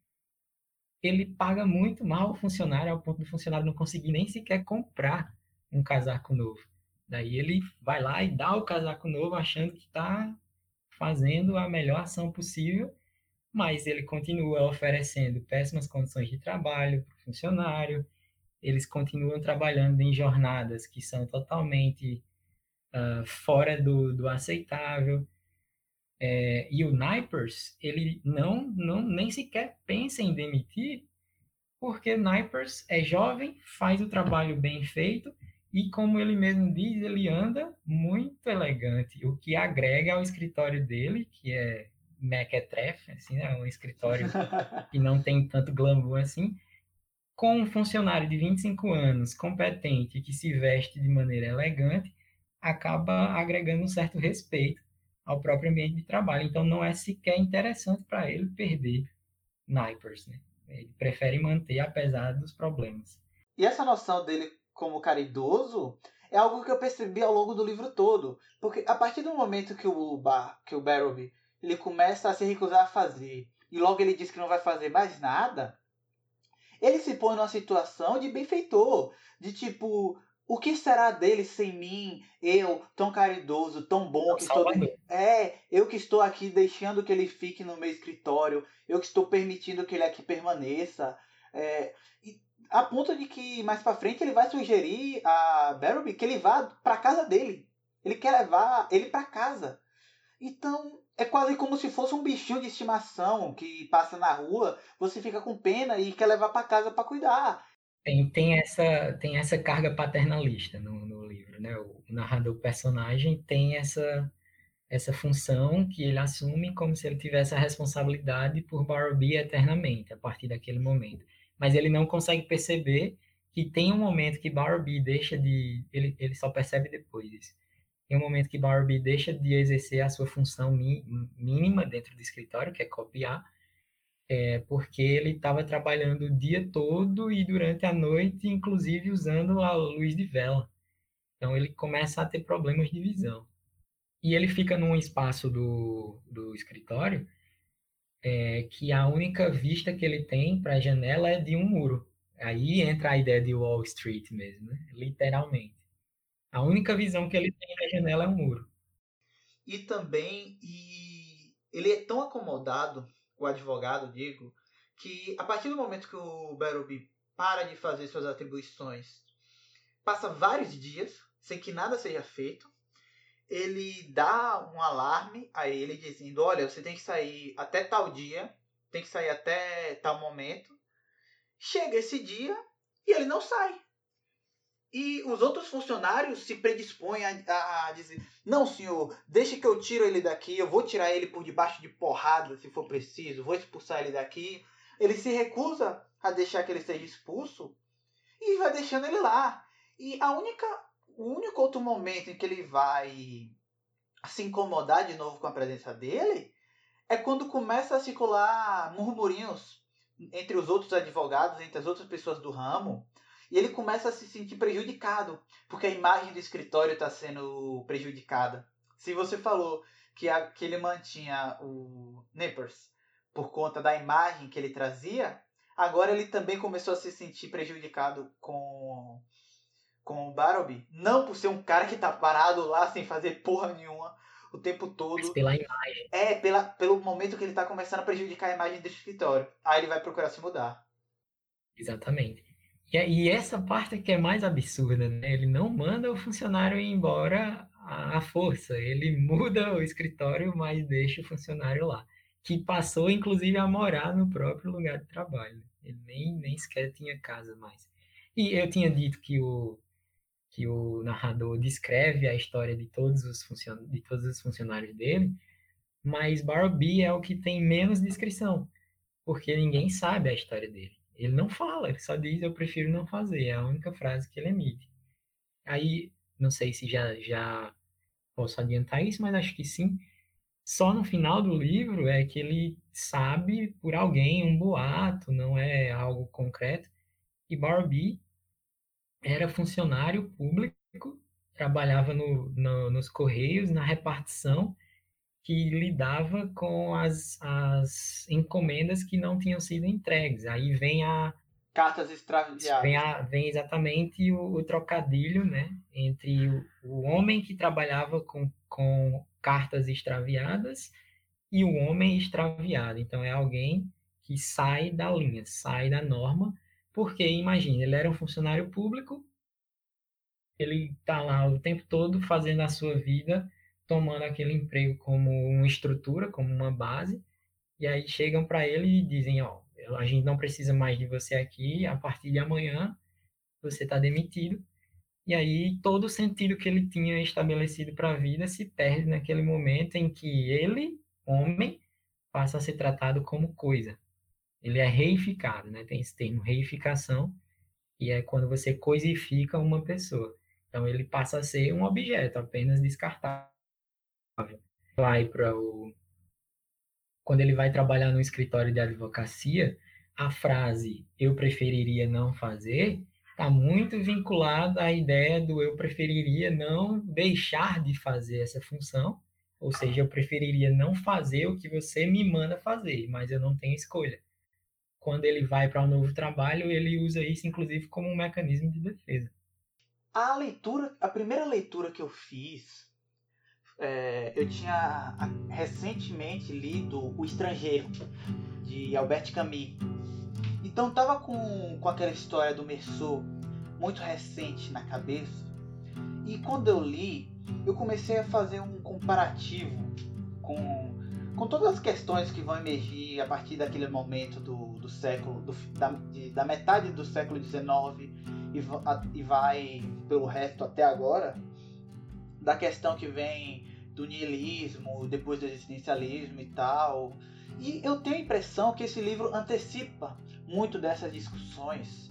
ele paga muito mal o funcionário, ao ponto do funcionário não conseguir nem sequer comprar um casaco novo. Daí ele vai lá e dá o casaco novo achando que está fazendo a melhor ação possível, mas ele continua oferecendo péssimas condições de trabalho para o funcionário, eles continuam trabalhando em jornadas que são totalmente fora do aceitável. E o Nipers, ele nem sequer pensa em demitir, porque Nipers é jovem, faz o trabalho bem feito e, como ele mesmo diz, ele anda muito elegante, o que agrega ao escritório dele, que é mequetrefe, assim, é um escritório que não tem tanto glamour assim, com um funcionário de 25 anos, competente, que se veste de maneira elegante, acaba agregando um certo respeito ao próprio ambiente de trabalho. Então, não é sequer interessante para ele perder Nipers, né? Ele prefere manter apesar dos problemas.
E essa noção dele como caridoso é algo que eu percebi ao longo do livro todo. Porque a partir do momento que o Barrowby ele começa a se recusar a fazer, e logo ele diz que não vai fazer mais nada, ele se põe numa situação de benfeitor. De tipo, o que será dele sem mim? Eu, tão caridoso, tão bom,
É o
que estou.
Salvador.
Eu que estou aqui deixando que ele fique no meu escritório. Eu que estou permitindo que ele aqui permaneça. E a ponto de que mais pra frente ele vai sugerir a Barrowby que ele vá pra casa dele. Ele quer levar ele pra casa. Então, é quase como se fosse um bichinho de estimação que passa na rua, você fica com pena e quer levar para casa para cuidar.
Tem essa carga paternalista no livro, né? O narrador, o personagem, tem essa função que ele assume como se ele tivesse a responsabilidade por Bartleby eternamente, a partir daquele momento. Mas ele não consegue perceber que tem um momento que Bartleby deixa de... Ele só percebe depois disso. Tem um momento que Bartleby deixa de exercer a sua função mínima dentro do escritório, que é copiar, porque ele estava trabalhando o dia todo e durante a noite, inclusive usando a luz de vela. Então ele começa a ter problemas de visão. E ele fica num espaço do escritório que a única vista que ele tem para a janela é de um muro. Aí entra a ideia de Wall Street mesmo, né? Literalmente. A única visão que ele tem da janela é um muro.
E também, ele é tão acomodado, o advogado, digo, que a partir do momento que o Bartleby para de fazer suas atribuições, passa vários dias sem que nada seja feito. ele dá um alarme a ele dizendo, olha, você tem que sair até tal dia, tem que sair até tal momento. Chega esse dia e ele não sai. E os outros funcionários se predispõem a dizer, não senhor, deixa que eu tiro ele daqui, eu vou tirar ele por debaixo de porrada se for preciso, vou expulsar ele daqui. Ele se recusa a deixar que ele seja expulso e vai deixando ele lá. E o único outro momento em que ele vai se incomodar de novo com a presença dele é quando começa a circular murmurinhos entre os outros advogados, entre as outras pessoas do ramo, e ele começa a se sentir prejudicado, porque a imagem do escritório está sendo prejudicada. Se você falou que ele mantinha o Nippers por conta da imagem que ele trazia, agora ele também começou a se sentir prejudicado com o Bartleby, não por ser um cara que tá parado lá sem fazer porra nenhuma o tempo todo.
Mas pela imagem.
Pelo momento que ele tá começando a prejudicar a imagem do escritório. Aí ele vai procurar se mudar.
Exatamente. E essa parte que é mais absurda, né? Ele não manda o funcionário ir embora à força. Ele muda o escritório, mas deixa o funcionário lá. Que passou, inclusive, a morar no próprio lugar de trabalho. Ele nem sequer tinha casa mais. E eu tinha dito que o narrador descreve a história de todos os funcionários dele, mas Bartleby é o que tem menos descrição, porque ninguém sabe a história dele. Ele não fala, ele só diz, eu prefiro não fazer, é a única frase que ele emite. Aí, não sei se já posso adiantar isso, mas acho que sim. Só no final do livro é que ele sabe por alguém, um boato, não é algo concreto, e Bartleby era funcionário público, trabalhava nos Correios, na repartição, que lidava com as encomendas que não tinham sido entregues. Aí vem
Cartas extraviadas.
vem exatamente o trocadilho, né, entre o homem que trabalhava com cartas extraviadas e o homem extraviado. Então, é alguém que sai da linha, sai da norma, porque, imagine, ele era um funcionário público, ele está lá o tempo todo fazendo a sua vida, tomando aquele emprego como uma estrutura, como uma base, e aí chegam para ele e dizem, ó, a gente não precisa mais de você aqui, a partir de amanhã você está demitido. E aí todo o sentido que ele tinha estabelecido para a vida se perde naquele momento em que ele, homem, passa a ser tratado como coisa. Ele é reificado, né? Tem esse termo reificação, e é quando você coisifica uma pessoa. Então ele passa a ser um objeto apenas descartável. Vai para quando ele vai trabalhar no escritório de advocacia, a frase eu preferiria não fazer está muito vinculada à ideia do eu preferiria não deixar de fazer essa função, ou seja, eu preferiria não fazer o que você me manda fazer, mas eu não tenho escolha. Quando ele vai para um novo trabalho, ele usa isso, inclusive, como um mecanismo de defesa.
A primeira leitura que eu fiz, eu tinha recentemente lido O Estrangeiro, de Albert Camus. Então tava com aquela história do Meursault muito recente na cabeça. E quando eu li, eu comecei a fazer um comparativo com todas as questões que vão emergir a partir daquele momento do século, da metade do século XIX e vai pelo resto até agora, da questão que vem do niilismo, depois do existencialismo e tal. E eu tenho a impressão que esse livro antecipa muito dessas discussões.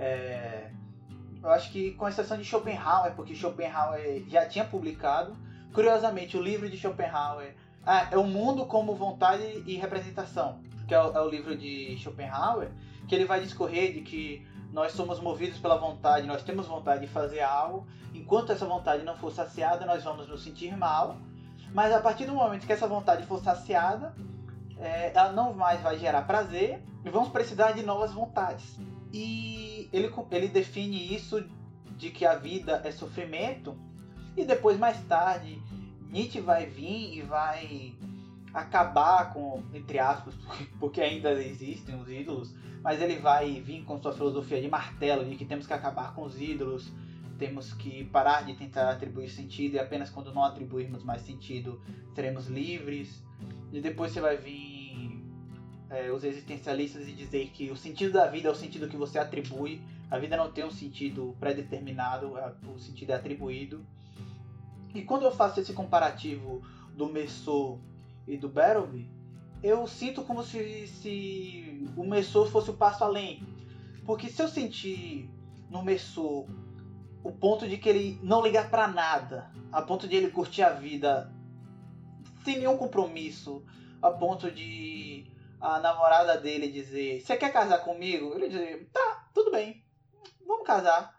Eu acho que com exceção de Schopenhauer, porque Schopenhauer já tinha publicado. Curiosamente, o livro de Schopenhauer é O Mundo como Vontade e Representação, que é o livro de Schopenhauer, que ele vai discorrer de que nós somos movidos pela vontade, nós temos vontade de fazer algo, enquanto essa vontade não for saciada, nós vamos nos sentir mal, mas a partir do momento que essa vontade for saciada, ela não mais vai gerar prazer e vamos precisar de novas vontades. E ele define isso de que a vida é sofrimento, e depois, mais tarde, Nietzsche vai vir e vai acabar com, entre aspas, porque ainda existem os ídolos, mas ele vai vir com sua filosofia de martelo, de que temos que acabar com os ídolos, temos que parar de tentar atribuir sentido e apenas quando não atribuirmos mais sentido seremos livres. E depois você vai vir os existencialistas e dizer que o sentido da vida é o sentido que você atribui. A vida não tem um sentido pré-determinado, o sentido é atribuído. E quando eu faço esse comparativo do Meso e do Bartleby, eu sinto como se o Meso fosse o passo além. Porque se eu sentir no Meso o ponto de que ele não ligar pra nada, a ponto de ele curtir a vida sem nenhum compromisso, a ponto de a namorada dele dizer: você quer casar comigo? Ele dizer: tá, tudo bem, vamos casar.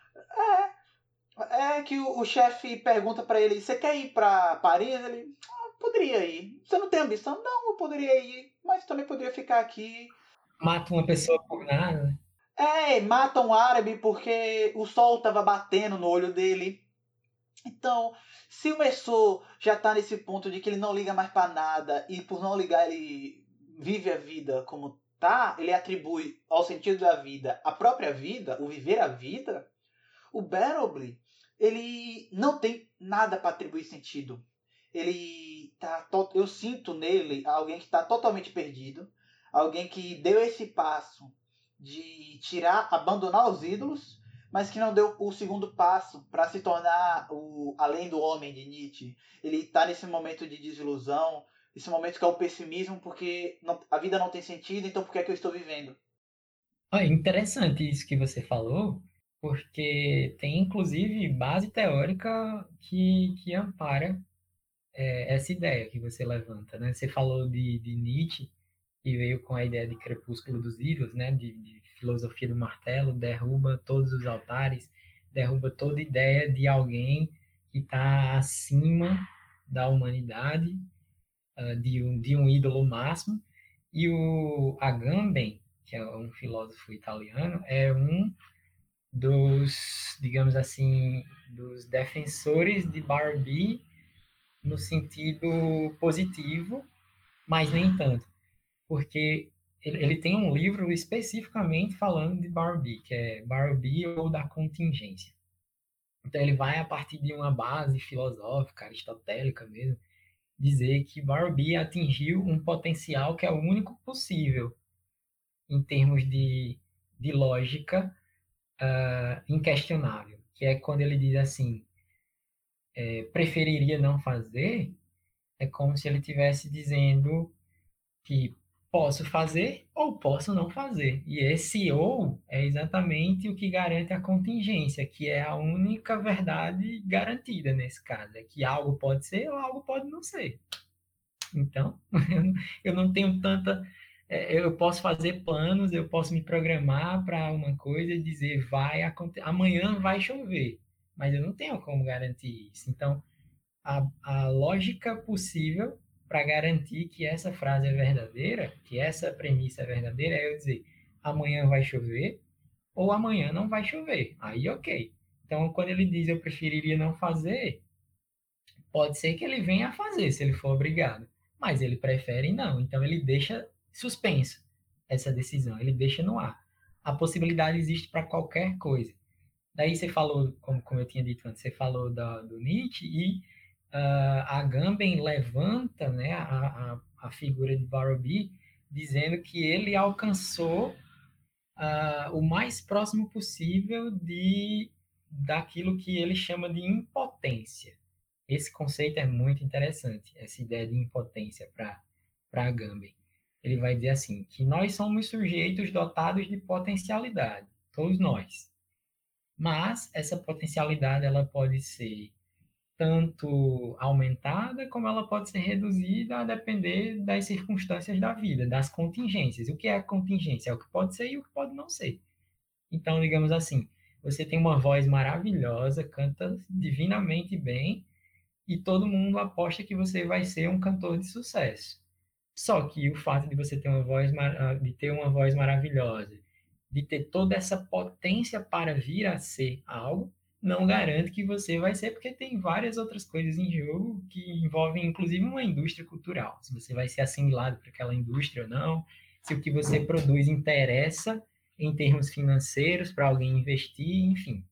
É que o chefe pergunta pra ele: você quer ir pra Paris? Ele: poderia ir. Você não tem ambição? Não, eu poderia ir, mas também poderia ficar aqui.
Mata uma pessoa por nada.
Mata um árabe porque o sol estava batendo no olho dele. Então, se o Meso já tá nesse ponto de que ele não liga mais pra nada, e por não ligar ele vive a vida como tá, ele atribui ao sentido da vida a própria vida, o viver a vida, o Bartleby, ele não tem nada para atribuir sentido. Ele tá, eu sinto nele alguém que está totalmente perdido, alguém que deu esse passo de abandonar os ídolos, mas que não deu o segundo passo para se tornar o além do homem de Nietzsche. Ele está nesse momento de desilusão, esse momento que é o pessimismo, porque a vida não tem sentido, então por que é que eu estou vivendo?
É interessante isso que você falou, porque tem inclusive base teórica que ampara essa ideia que você levanta, né? Você falou de Nietzsche, e veio com a ideia de crepúsculo dos ídolos, né? De filosofia do martelo, derruba todos os altares, derruba toda ideia de alguém que está acima da humanidade, de um ídolo máximo. E o Agamben, que é um filósofo italiano, é um dos, digamos assim, dos defensores de Barbie no sentido positivo, mas nem tanto, porque ele tem um livro especificamente falando de Barbie, que é Barbie ou da contingência. Então ele vai a partir de uma base filosófica, aristotélica mesmo, dizer que Barbie atingiu um potencial que é o único possível em termos de lógica inquestionável, que é quando ele diz assim, preferiria não fazer, é como se ele estivesse dizendo que posso fazer ou posso não fazer. E esse ou é exatamente o que garante a contingência, que é a única verdade garantida nesse caso, é que algo pode ser ou algo pode não ser. Então, eu não tenho tanta... Eu posso fazer planos, eu posso me programar para uma coisa e dizer amanhã vai chover, mas eu não tenho como garantir isso. Então, a lógica possível para garantir que essa frase é verdadeira, que essa premissa é verdadeira, é eu dizer amanhã vai chover ou amanhã não vai chover. Aí, ok. Então, quando ele diz eu preferiria não fazer, pode ser que ele venha a fazer, se ele for obrigado. Mas ele prefere não. Então, ele deixa suspenso essa decisão. Ele deixa no ar. A possibilidade existe para qualquer coisa. Daí você falou, como eu tinha dito antes, você falou do Nietzsche e a Agamben levanta, né, a figura de Barbie, dizendo que ele alcançou o mais próximo possível daquilo que ele chama de impotência. Esse conceito é muito interessante, essa ideia de impotência para Agamben. Ele vai dizer assim, que nós somos sujeitos dotados de potencialidade, todos nós. Mas essa potencialidade ela pode ser tanto aumentada como ela pode ser reduzida a depender das circunstâncias da vida, das contingências. O que é a contingência? É o que pode ser e o que pode não ser. Então, digamos assim, você tem uma voz maravilhosa, canta divinamente bem e todo mundo aposta que você vai ser um cantor de sucesso. Só que o fato de você ter uma voz maravilhosa, de ter toda essa potência para vir a ser algo, não garante que você vai ser, porque tem várias outras coisas em jogo que envolvem, inclusive, uma indústria cultural. Se você vai ser assimilado para aquela indústria ou não, se o que você produz interessa em termos financeiros para alguém investir, enfim.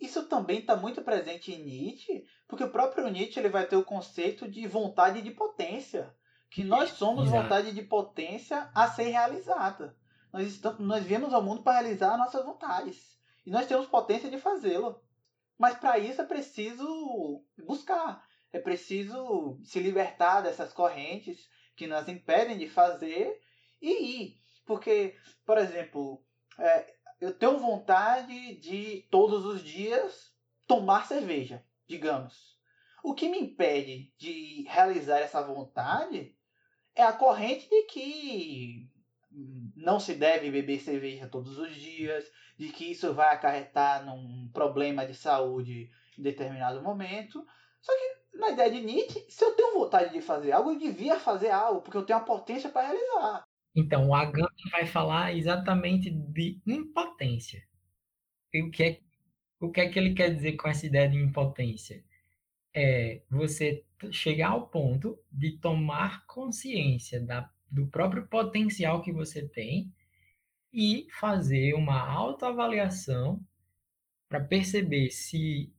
Isso também está muito presente em Nietzsche, porque o próprio Nietzsche ele vai ter o conceito de vontade de potência, que nós somos
Exato.
vontade de potência a ser realizada. Nós viemos ao mundo para realizar nossas vontades. E nós temos potência de fazê-lo. Mas para isso é preciso buscar. É preciso se libertar dessas correntes que nos impedem de fazer e ir. Porque, por exemplo, eu tenho vontade de todos os dias tomar cerveja, digamos. O que me impede de realizar essa vontade é a corrente de que não se deve beber cerveja todos os dias, de que isso vai acarretar num problema de saúde em determinado momento. Só que na ideia de Nietzsche, se eu tenho vontade de fazer algo, eu devia fazer algo, porque eu tenho a potência para realizar.
Então, o Agamben vai falar exatamente de impotência. E o que é que ele quer dizer com essa ideia de impotência? É você chegar ao ponto de tomar consciência do próprio potencial que você tem e fazer uma autoavaliação para perceber se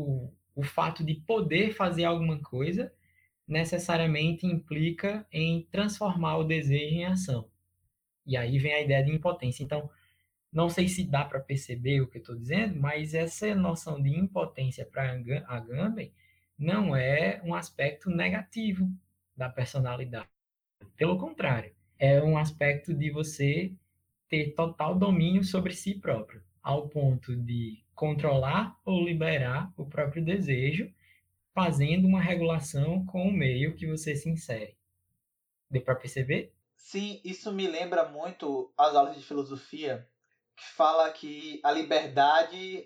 o fato de poder fazer alguma coisa necessariamente implica em transformar o desejo em ação. E aí vem a ideia de impotência. Então, não sei se dá para perceber o que eu estou dizendo, mas essa noção de impotência para Agamben não é um aspecto negativo da personalidade. Pelo contrário, é um aspecto de você ter total domínio sobre si próprio, ao ponto de controlar ou liberar o próprio desejo, fazendo uma regulação com o meio que você se insere. Deu para perceber?
Sim, isso me lembra muito as aulas de filosofia, que fala que a liberdade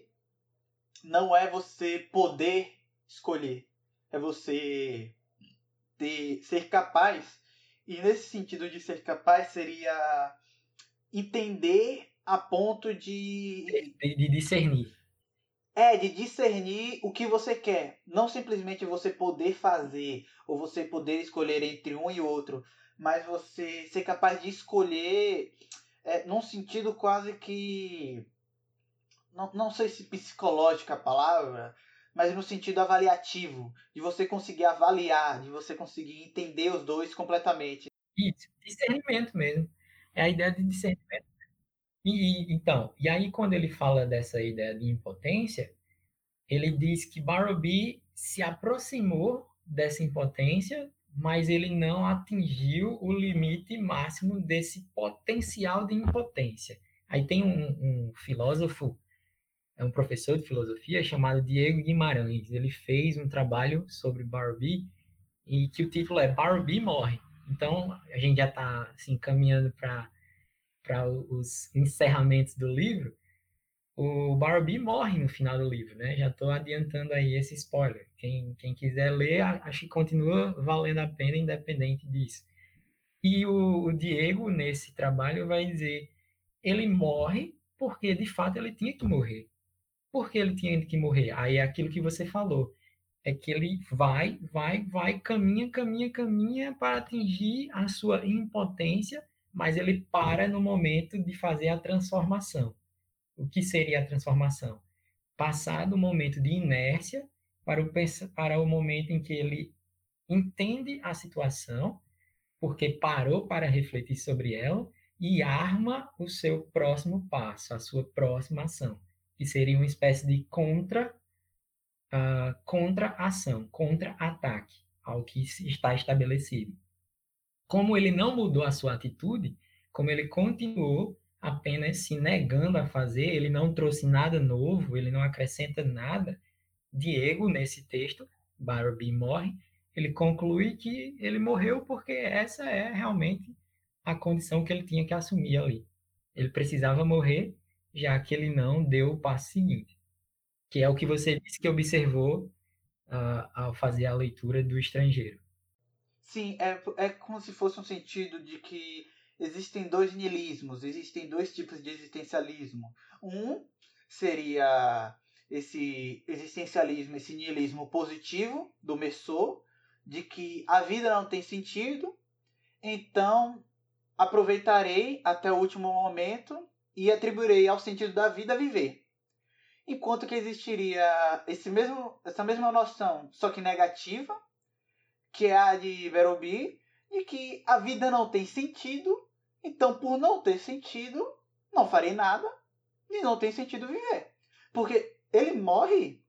não é você poder escolher, é você ser capaz. E nesse sentido de ser capaz seria entender a ponto
De discernir.
de discernir o que você quer. Não simplesmente você poder fazer ou você poder escolher entre um e outro, mas você ser capaz de escolher num sentido quase que não sei se psicológica a palavra, mas no sentido avaliativo, de você conseguir avaliar, de você conseguir entender os dois completamente.
Isso, discernimento mesmo. É a ideia de discernimento. E aí quando ele fala dessa ideia de impotência, ele diz que Bartleby se aproximou dessa impotência, mas ele não atingiu o limite máximo desse potencial de impotência. Aí tem um filósofo, é um professor de filosofia chamado Diego Guimarães. Ele fez um trabalho sobre Bartleby e que o título é Bartleby morre. Então a gente já está assim, caminhando para os encerramentos do livro. O Bartleby morre no final do livro, né? Já estou adiantando aí esse spoiler. Quem quiser ler, acho que continua valendo a pena, independente disso. E o Diego, nesse trabalho, vai dizer: ele morre porque, de fato, ele tinha que morrer. Por que ele tinha que morrer? Aí é aquilo que você falou. É que ele vai, caminha, caminha, caminha para atingir a sua impotência, mas ele para no momento de fazer a transformação. O que seria a transformação? Passar do momento de inércia para o momento em que ele entende a situação, porque parou para refletir sobre ela e arma o seu próximo passo, a sua próxima ação, que seria uma espécie de contra-ação, contra-ataque ao que está estabelecido. Como ele não mudou a sua atitude, como ele continuou apenas se negando a fazer, ele não trouxe nada novo, ele não acrescenta nada. Diego, nesse texto, Bartleby morre, ele conclui que ele morreu porque essa é realmente a condição que ele tinha que assumir ali. Ele precisava morrer, já que ele não deu o passo seguinte, que é o que você disse que observou ao fazer a leitura do Estrangeiro.
Sim, é como se fosse um sentido de que existem dois niilismos, existem dois tipos de existencialismo. Um seria esse existencialismo, esse niilismo positivo do Messot, de que a vida não tem sentido, então aproveitarei até o último momento e atribuirei ao sentido da vida viver. enquanto que existiria essa mesma noção, só que negativa, que é a de Verobee, de que a vida não tem sentido, então por não ter sentido, não farei nada e não tem sentido viver. Porque ele morre,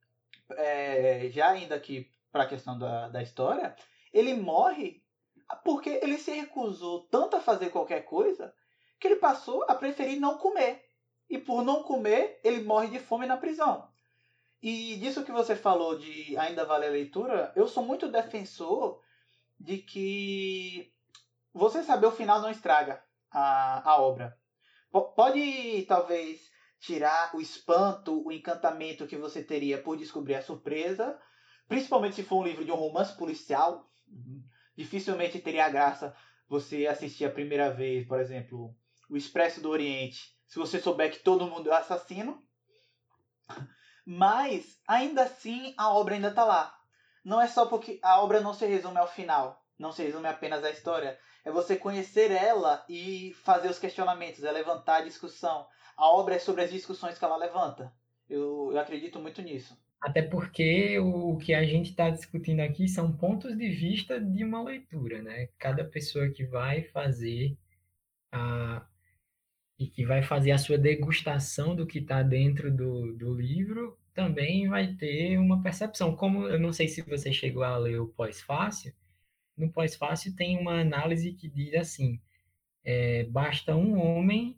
já indo aqui para a questão da história, ele morre porque ele se recusou tanto a fazer qualquer coisa que ele passou a preferir não comer. E por não comer, ele morre de fome na prisão. E disso que você falou de ainda vale a leitura, eu sou muito defensor de que você saber o final não estraga a obra. Pode, talvez, tirar o espanto, o encantamento que você teria por descobrir a surpresa, principalmente se for um livro de um romance policial. Dificilmente teria graça você assistir a primeira vez, por exemplo, O Expresso do Oriente, se você souber que todo mundo é assassino. Mas, ainda assim, a obra ainda está lá. Não é só porque a obra não se resume ao final, não se resume apenas à história. É você conhecer ela e fazer os questionamentos, é levantar a discussão. A obra é sobre as discussões que ela levanta. Eu acredito muito nisso.
Até porque o que a gente está discutindo aqui são pontos de vista de uma leitura, né? Cada pessoa que vai fazer a, e que vai fazer a sua degustação do que está dentro do livro também vai ter uma percepção. Como eu não sei se você chegou a ler o Pós-Fácil, no Pós-Fácil tem uma análise que diz assim: basta um homem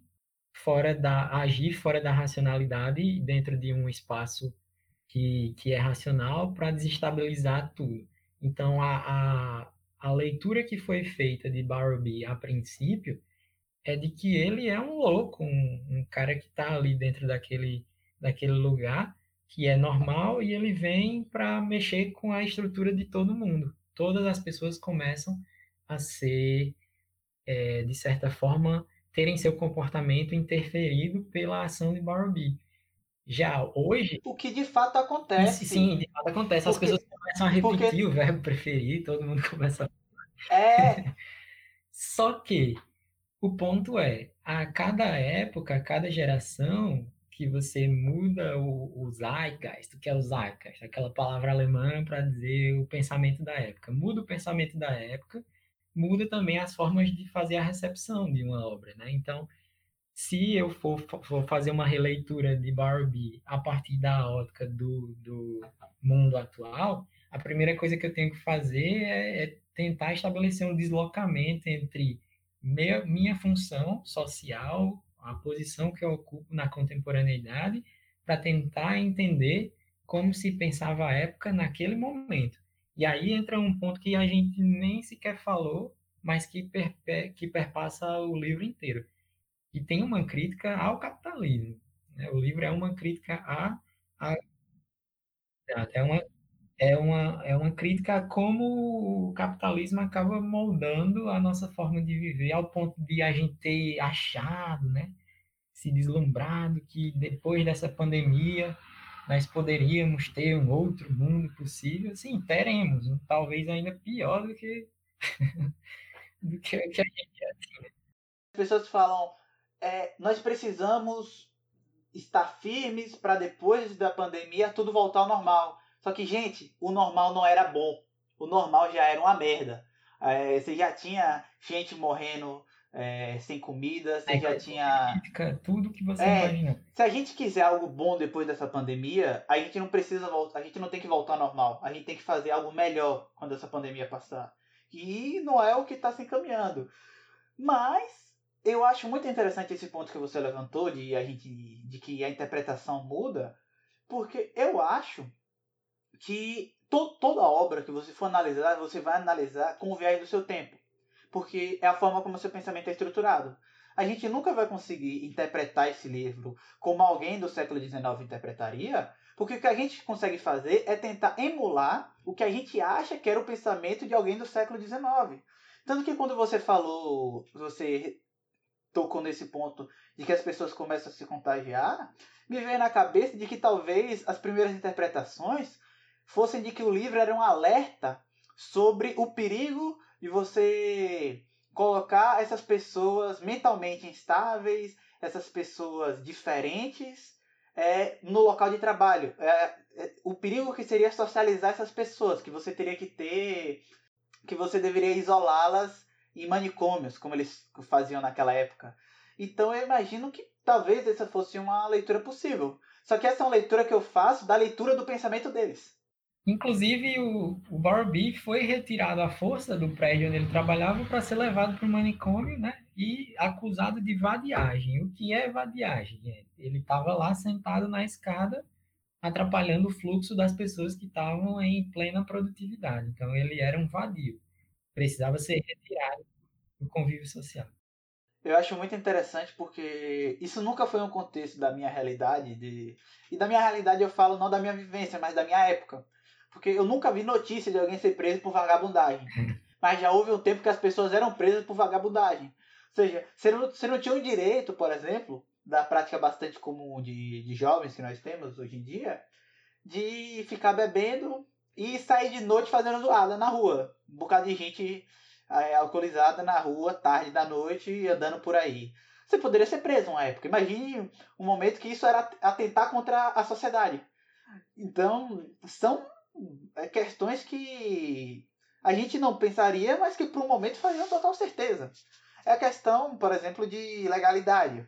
agir fora da racionalidade dentro de um espaço que é racional para desestabilizar tudo. Então, a leitura que foi feita de Bartleby a princípio é de que ele é um louco, um cara que está ali dentro daquele lugar que é normal e ele vem para mexer com a estrutura de todo mundo. Todas as pessoas começam a ser, de certa forma, terem seu comportamento interferido pela ação de Bartleby. Já hoje,
O que de fato
isso
acontece,
sim, de fato acontece. As pessoas
porque,
começam a repetir
porque
o verbo preferir, todo mundo começa.
é.
Só que o ponto é, a cada época, a cada geração, que você muda o Zeitgeist, o que é o Zeitgeist, aquela palavra alemã para dizer o pensamento da época. Muda o pensamento da época, muda também as formas de fazer a recepção de uma obra, né? Então, se eu for fazer uma releitura de Barbie a partir da ótica do mundo atual, a primeira coisa que eu tenho que fazer é tentar estabelecer um deslocamento entre minha função social, a posição que eu ocupo na contemporaneidade, para tentar entender como se pensava a época naquele momento. E aí entra um ponto que a gente nem sequer falou, mas que perpassa o livro inteiro e tem uma crítica ao capitalismo, né? O livro é uma crítica a é uma crítica a como o capitalismo acaba moldando a nossa forma de viver, ao ponto de a gente ter achado, né, se deslumbrado que depois dessa pandemia nós poderíamos ter um outro mundo possível. Sim, teremos, talvez ainda pior do que a gente.
As pessoas falam, nós precisamos estar firmes para depois da pandemia tudo voltar ao normal. Só que, gente, o normal não era bom. O normal já era uma merda. Você já tinha gente morrendo sem comida, você já tinha.
Política, tudo que você
É,
imagina.
se a gente quiser algo bom depois dessa pandemia, a gente não precisa voltar, a gente não tem que voltar ao normal. A gente tem que fazer algo melhor quando essa pandemia passar. E não é o que está se encaminhando. Mas eu acho muito interessante esse ponto que você levantou de que a interpretação muda, porque eu acho que toda obra que você for analisar, você vai analisar com o viés do seu tempo, porque é a forma como o seu pensamento é estruturado. A gente nunca vai conseguir interpretar esse livro como alguém do século XIX interpretaria, porque o que a gente consegue fazer é tentar emular o que a gente acha que era o pensamento de alguém do século XIX. Tanto que quando você tocou nesse ponto de que as pessoas começam a se contagiar, me veio na cabeça de que talvez as primeiras interpretações fossem de que o livro era um alerta sobre o perigo de você colocar essas pessoas mentalmente instáveis, essas pessoas diferentes, no local de trabalho. O perigo que seria socializar essas pessoas, que você teria que ter, que você deveria isolá-las em manicômios, como eles faziam naquela época. Então eu imagino que talvez essa fosse uma leitura possível. Só que essa é uma leitura que eu faço da leitura do pensamento deles.
Inclusive, o Barbie foi retirado à força do prédio onde ele trabalhava para ser levado para o manicômio, né? E acusado de vadiagem. O que é vadiagem? Ele estava lá sentado na escada, atrapalhando o fluxo das pessoas que estavam em plena produtividade. Então, ele era um vadio. Precisava ser retirado do convívio social.
Eu acho muito interessante porque isso nunca foi um contexto da minha realidade. E da minha realidade eu falo não da minha vivência, mas da minha época. Porque eu nunca vi notícia de alguém ser preso por vagabundagem. Mas já houve um tempo que as pessoas eram presas por vagabundagem. Ou seja, você não tinha o direito, por exemplo, da prática bastante comum de jovens que nós temos hoje em dia, de ficar bebendo e sair de noite fazendo zoada na rua. Um bocado de gente alcoolizada na rua, tarde da noite, andando por aí. Você poderia ser preso uma época. Imagine um momento que isso era atentar contra a sociedade. Então, são questões que a gente não pensaria, mas que por um momento fariam total certeza. É a questão, por exemplo, de legalidade.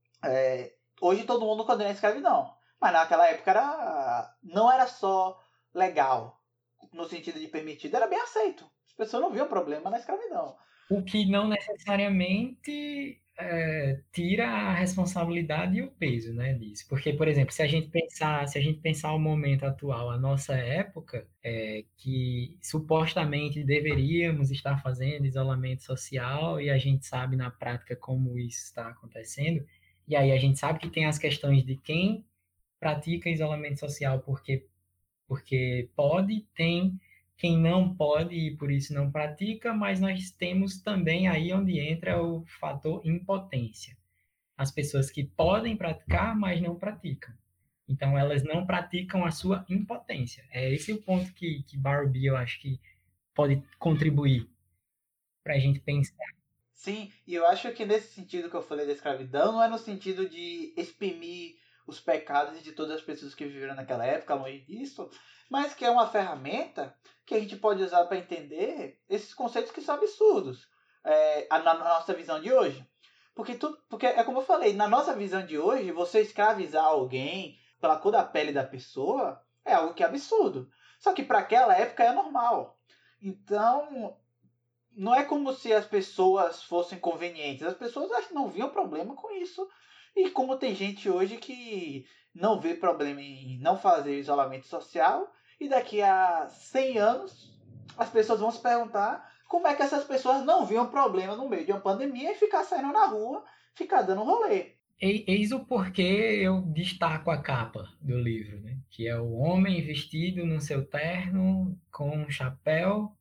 Hoje todo mundo condena a escravidão, mas naquela época não era só legal, no sentido de permitido, era bem aceito. As pessoas não viam problema na escravidão.
O que não necessariamente tira a responsabilidade e o peso, né, disso. Porque, por exemplo, se a gente pensar o momento atual, a nossa época, que supostamente deveríamos estar fazendo isolamento social e a gente sabe na prática como isso está acontecendo, e aí a gente sabe que tem as questões de quem pratica isolamento social porque pode, tem quem não pode e por isso não pratica, mas nós temos também aí onde entra o fator impotência. As pessoas que podem praticar, mas não praticam. Então, elas não praticam a sua impotência. É esse o ponto que Barbie, eu acho que pode contribuir para a gente pensar.
Sim, e eu acho que nesse sentido que eu falei da escravidão, não é no sentido de exprimir os pecados de todas as pessoas que viveram naquela época, longe disso, mas que é uma ferramenta que a gente pode usar para entender esses conceitos que são absurdos na nossa visão de hoje. Porque é como eu falei, na nossa visão de hoje, você escravizar alguém pela cor da pele da pessoa é algo que é absurdo. Só que para aquela época é normal. Então, não é como se as pessoas fossem convenientes. As pessoas acho que não viam problema com isso. E como tem gente hoje que não vê problema em não fazer isolamento social, e daqui a 100 anos as pessoas vão se perguntar como é que essas pessoas não viam problema no meio de uma pandemia e ficar saindo na rua, ficar dando rolê.
Eis o porquê eu destaco a capa do livro, né? Que é o homem vestido no seu terno, com um chapéu,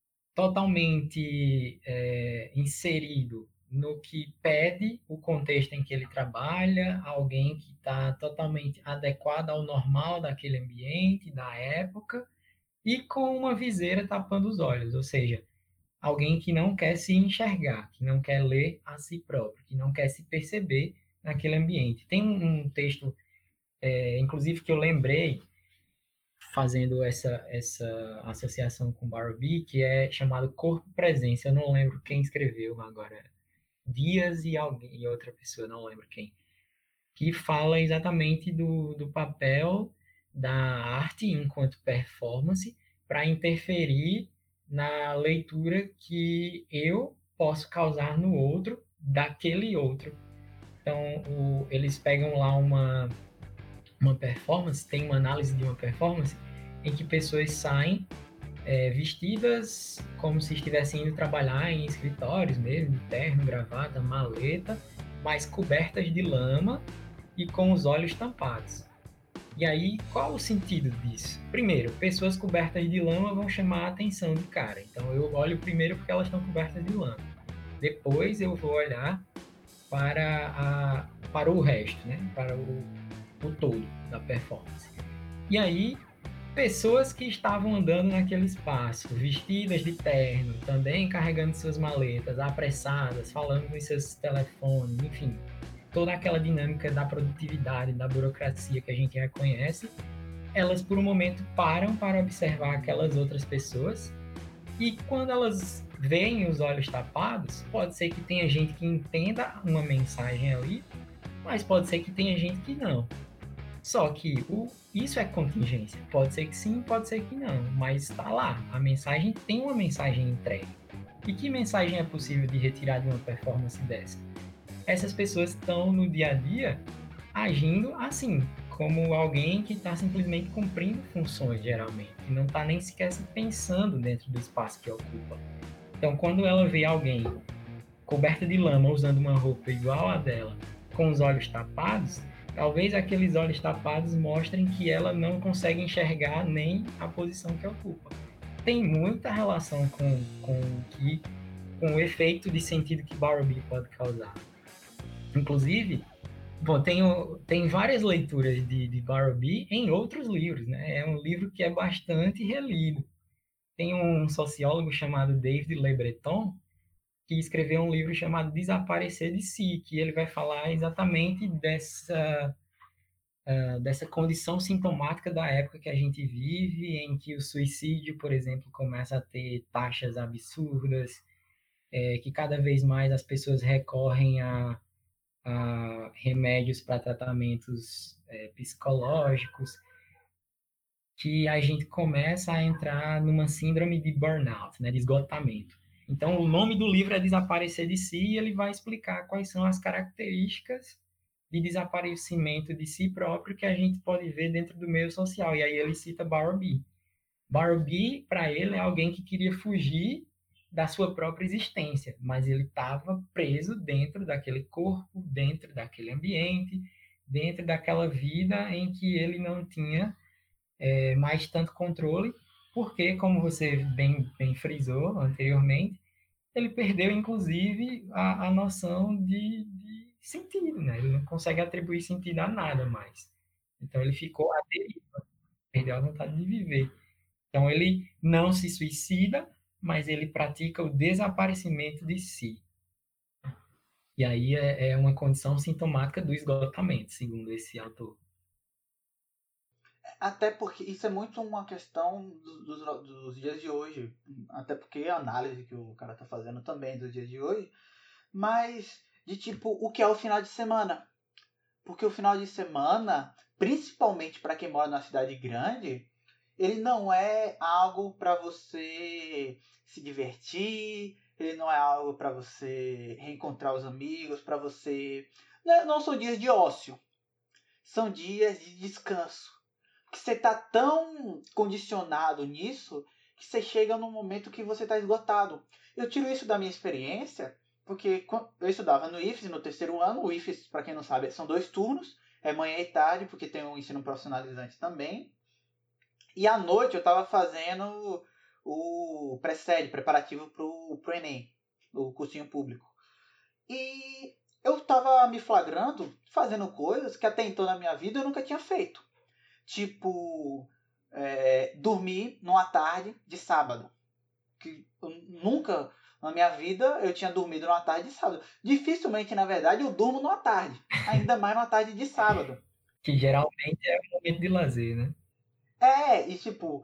totalmente inserido no que pede o contexto em que ele trabalha, alguém que está totalmente adequado ao normal daquele ambiente, da época, e com uma viseira tapando os olhos, ou seja, alguém que não quer se enxergar, que não quer ler a si próprio, que não quer se perceber naquele ambiente. Tem um texto, inclusive, que eu lembrei, fazendo essa associação com Barbie, que é chamado Corpo Presença. Eu não lembro quem escreveu agora. Dias e alguém e outra pessoa, não lembro quem. Que fala exatamente do papel da arte enquanto performance para interferir na leitura que eu posso causar no outro, daquele outro. Então, eles pegam lá uma performance, tem uma análise de uma performance em que pessoas saem vestidas como se estivessem indo trabalhar em escritórios mesmo, de terno, gravata, maleta, mas cobertas de lama e com os olhos tampados. E aí, qual o sentido disso? Primeiro, pessoas cobertas de lama vão chamar a atenção de cara. Então, eu olho primeiro porque elas estão cobertas de lama. Depois, eu vou olhar para o resto, né? Para o todo da performance. E aí, pessoas que estavam andando naquele espaço, vestidas de terno, também carregando suas maletas, apressadas, falando com seus telefones, enfim, toda aquela dinâmica da produtividade, da burocracia que a gente reconhece, elas por um momento param para observar aquelas outras pessoas, e quando elas veem os olhos tapados, pode ser que tenha gente que entenda uma mensagem ali, mas pode ser que tenha gente que não. Só que isso é contingência. Pode ser que sim, pode ser que não, mas está lá. A mensagem tem uma mensagem entregue. E que mensagem é possível de retirar de uma performance dessa? Essas pessoas estão no dia a dia agindo assim, como alguém que está simplesmente cumprindo funções, geralmente, e não está nem sequer se pensando dentro do espaço que ocupa. Então, quando ela vê alguém coberta de lama, usando uma roupa igual a dela, com os olhos tapados, talvez aqueles olhos tapados mostrem que ela não consegue enxergar nem a posição que ocupa. Tem muita relação com o efeito de sentido que Bowlby pode causar. Inclusive, bom, tem várias leituras de Bowlby em outros livros, né? É um livro que é bastante relido. Tem um sociólogo chamado David Le Breton, que escreveu um livro chamado Desaparecer de Si, que ele vai falar exatamente dessa condição sintomática da época que a gente vive, em que o suicídio, por exemplo, começa a ter taxas absurdas, que cada vez mais as pessoas recorrem a remédios para tratamentos psicológicos, que a gente começa a entrar numa síndrome de burnout, né, de esgotamento. Então, o nome do livro é Desaparecer de Si, e ele vai explicar quais são as características de desaparecimento de si próprio que a gente pode ver dentro do meio social. E aí ele cita Bowlby. Bowlby, para ele, é alguém que queria fugir da sua própria existência, mas ele estava preso dentro daquele corpo, dentro daquele ambiente, dentro daquela vida em que ele não tinha mais tanto controle, porque, como você bem frisou anteriormente, ele perdeu, inclusive, a noção de sentido, né? Ele não consegue atribuir sentido a nada mais. Então, ele ficou à deriva, perdeu a vontade de viver. Então, ele não se suicida, mas ele pratica o desaparecimento de si. E aí é uma condição sintomática do esgotamento, segundo esse autor.
Até porque isso é muito uma questão dos dias de hoje. Até porque a análise que o cara tá fazendo também dos dias de hoje. Mas de tipo, o que é o final de semana? Porque o final de semana, principalmente para quem mora numa cidade grande, ele não é algo para você se divertir, ele não é algo para você reencontrar os amigos, para você... Não são dias de ócio, são dias de descanso. Que você tá tão condicionado nisso que você chega num momento que você tá esgotado. Eu tiro isso da minha experiência, porque eu estudava no IFES no terceiro ano. O IFES, para quem não sabe, são 2 turnos, é manhã e tarde, porque tem um ensino profissionalizante também. E à noite eu estava fazendo o pré-série, preparativo pro Enem, o cursinho público. E eu estava me flagrando fazendo coisas que até então na minha vida eu nunca tinha feito. Tipo, dormir numa tarde de sábado. Que eu nunca na minha vida eu tinha dormido numa tarde de sábado. Dificilmente, na verdade, eu durmo numa tarde. Ainda mais numa tarde de sábado.
Que geralmente é um momento de lazer, né?
E tipo,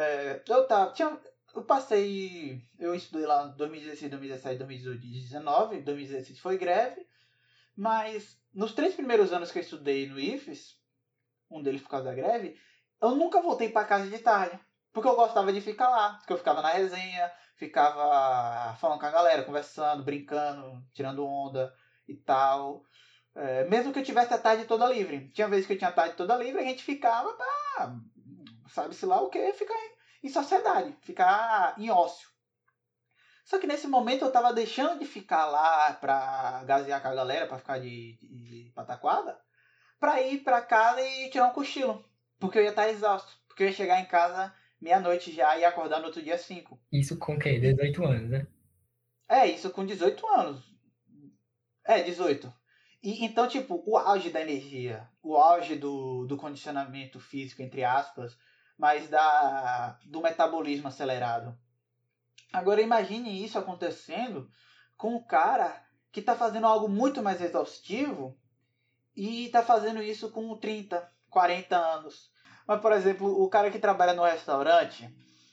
eu passei, eu estudei lá em 2016, 2017, 2018, 2019. 2016 foi greve, mas nos 3 primeiros anos que eu estudei no IFES, um deles por causa da greve, eu nunca voltei para casa de tarde. Porque eu gostava de ficar lá. Porque eu ficava na resenha, ficava falando com a galera, conversando, brincando, tirando onda e tal. Mesmo que eu tivesse a tarde toda livre. Tinha vezes que eu tinha a tarde toda livre, a gente ficava pra, sabe-se lá o que, ficar em sociedade, ficar em ócio. Só que nesse momento eu tava deixando de ficar lá pra gazear com a galera, pra ficar de pataquada, pra ir pra casa e tirar um cochilo. Porque eu ia estar exausto. Porque eu ia chegar em casa meia-noite já e acordar no outro dia 5.
Isso com o quê? 18 anos, né?
Isso com 18 anos. 18. E, então, tipo, o auge da energia, o auge do condicionamento físico, entre aspas, mas do metabolismo acelerado. Agora imagine isso acontecendo com um cara que está fazendo algo muito mais exaustivo e tá fazendo isso com 30, 40 anos. Mas, por exemplo, o cara que trabalha no restaurante,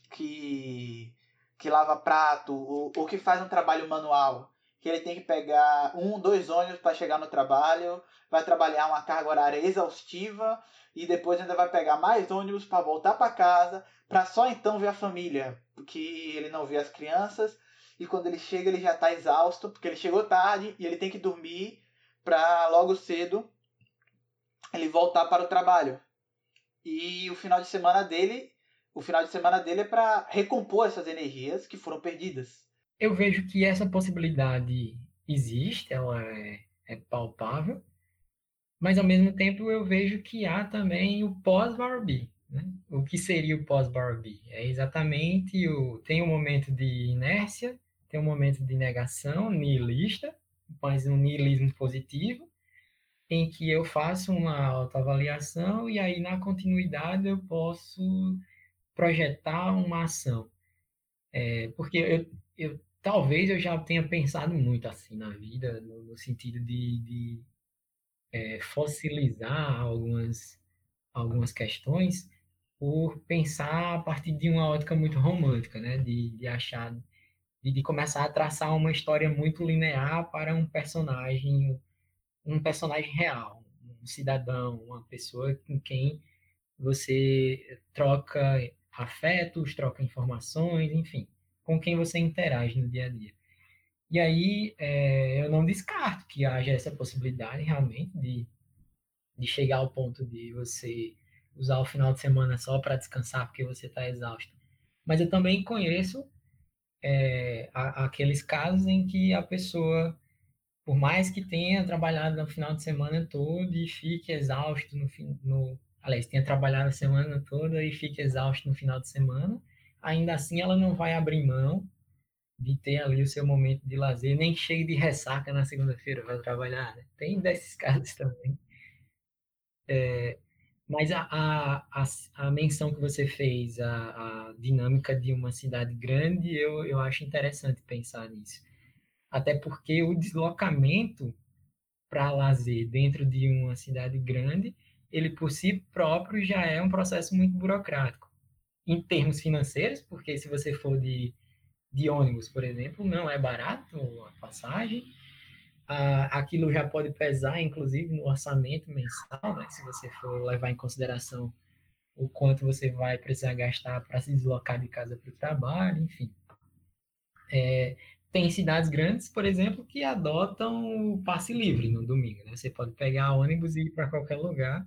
que lava prato, ou que faz um trabalho manual, que ele tem que pegar 2 ônibus para chegar no trabalho, vai trabalhar uma carga horária exaustiva e depois ainda vai pegar mais ônibus para voltar para casa, para só então ver a família, porque ele não vê as crianças, e quando ele chega ele já está exausto, porque ele chegou tarde e ele tem que dormir para logo cedo ele voltar para o trabalho. E o final de semana dele é para recompor essas energias que foram perdidas.
Eu vejo que essa possibilidade existe, ela é palpável, mas ao mesmo tempo eu vejo que há também o pós-Barbie, né? O que seria o pós-Barbie? É exatamente tem um momento de inércia, tem um momento de negação, nihilista, mas um nihilismo positivo, em que eu faço uma autoavaliação e aí na continuidade eu posso projetar uma ação. Porque talvez eu já tenha pensado muito assim na vida, no sentido de fossilizar algumas questões por pensar a partir de uma ótica muito romântica, né? De achar, de começar a traçar uma história muito linear para um personagem real, um cidadão, uma pessoa com quem você troca afetos, troca informações, enfim, com quem você interage no dia a dia. E aí eu não descarto que haja essa possibilidade realmente de chegar ao ponto de você usar o final de semana só para descansar porque você está exausto. Mas eu também conheço aqueles casos em que a pessoa, por mais que tenha trabalhado no final de semana todo e fique exausto aliás, tenha trabalhado a semana toda e fique exausto no final de semana, ainda assim ela não vai abrir mão de ter ali o seu momento de lazer, nem chegue de ressaca na segunda-feira para trabalhar, né? Tem desses casos também. Mas a menção que você fez, a dinâmica de uma cidade grande, eu acho interessante pensar nisso. Até porque o deslocamento para lazer dentro de uma cidade grande, ele por si próprio já é um processo muito burocrático. Em termos financeiros, porque se você for de ônibus, por exemplo, não é barato a passagem. Aquilo já pode pesar, inclusive, no orçamento mensal, né? Se você for levar em consideração o quanto você vai precisar gastar para se deslocar de casa para o trabalho, enfim. Tem cidades grandes, por exemplo, que adotam o passe livre no domingo, né? Você pode pegar ônibus e ir para qualquer lugar,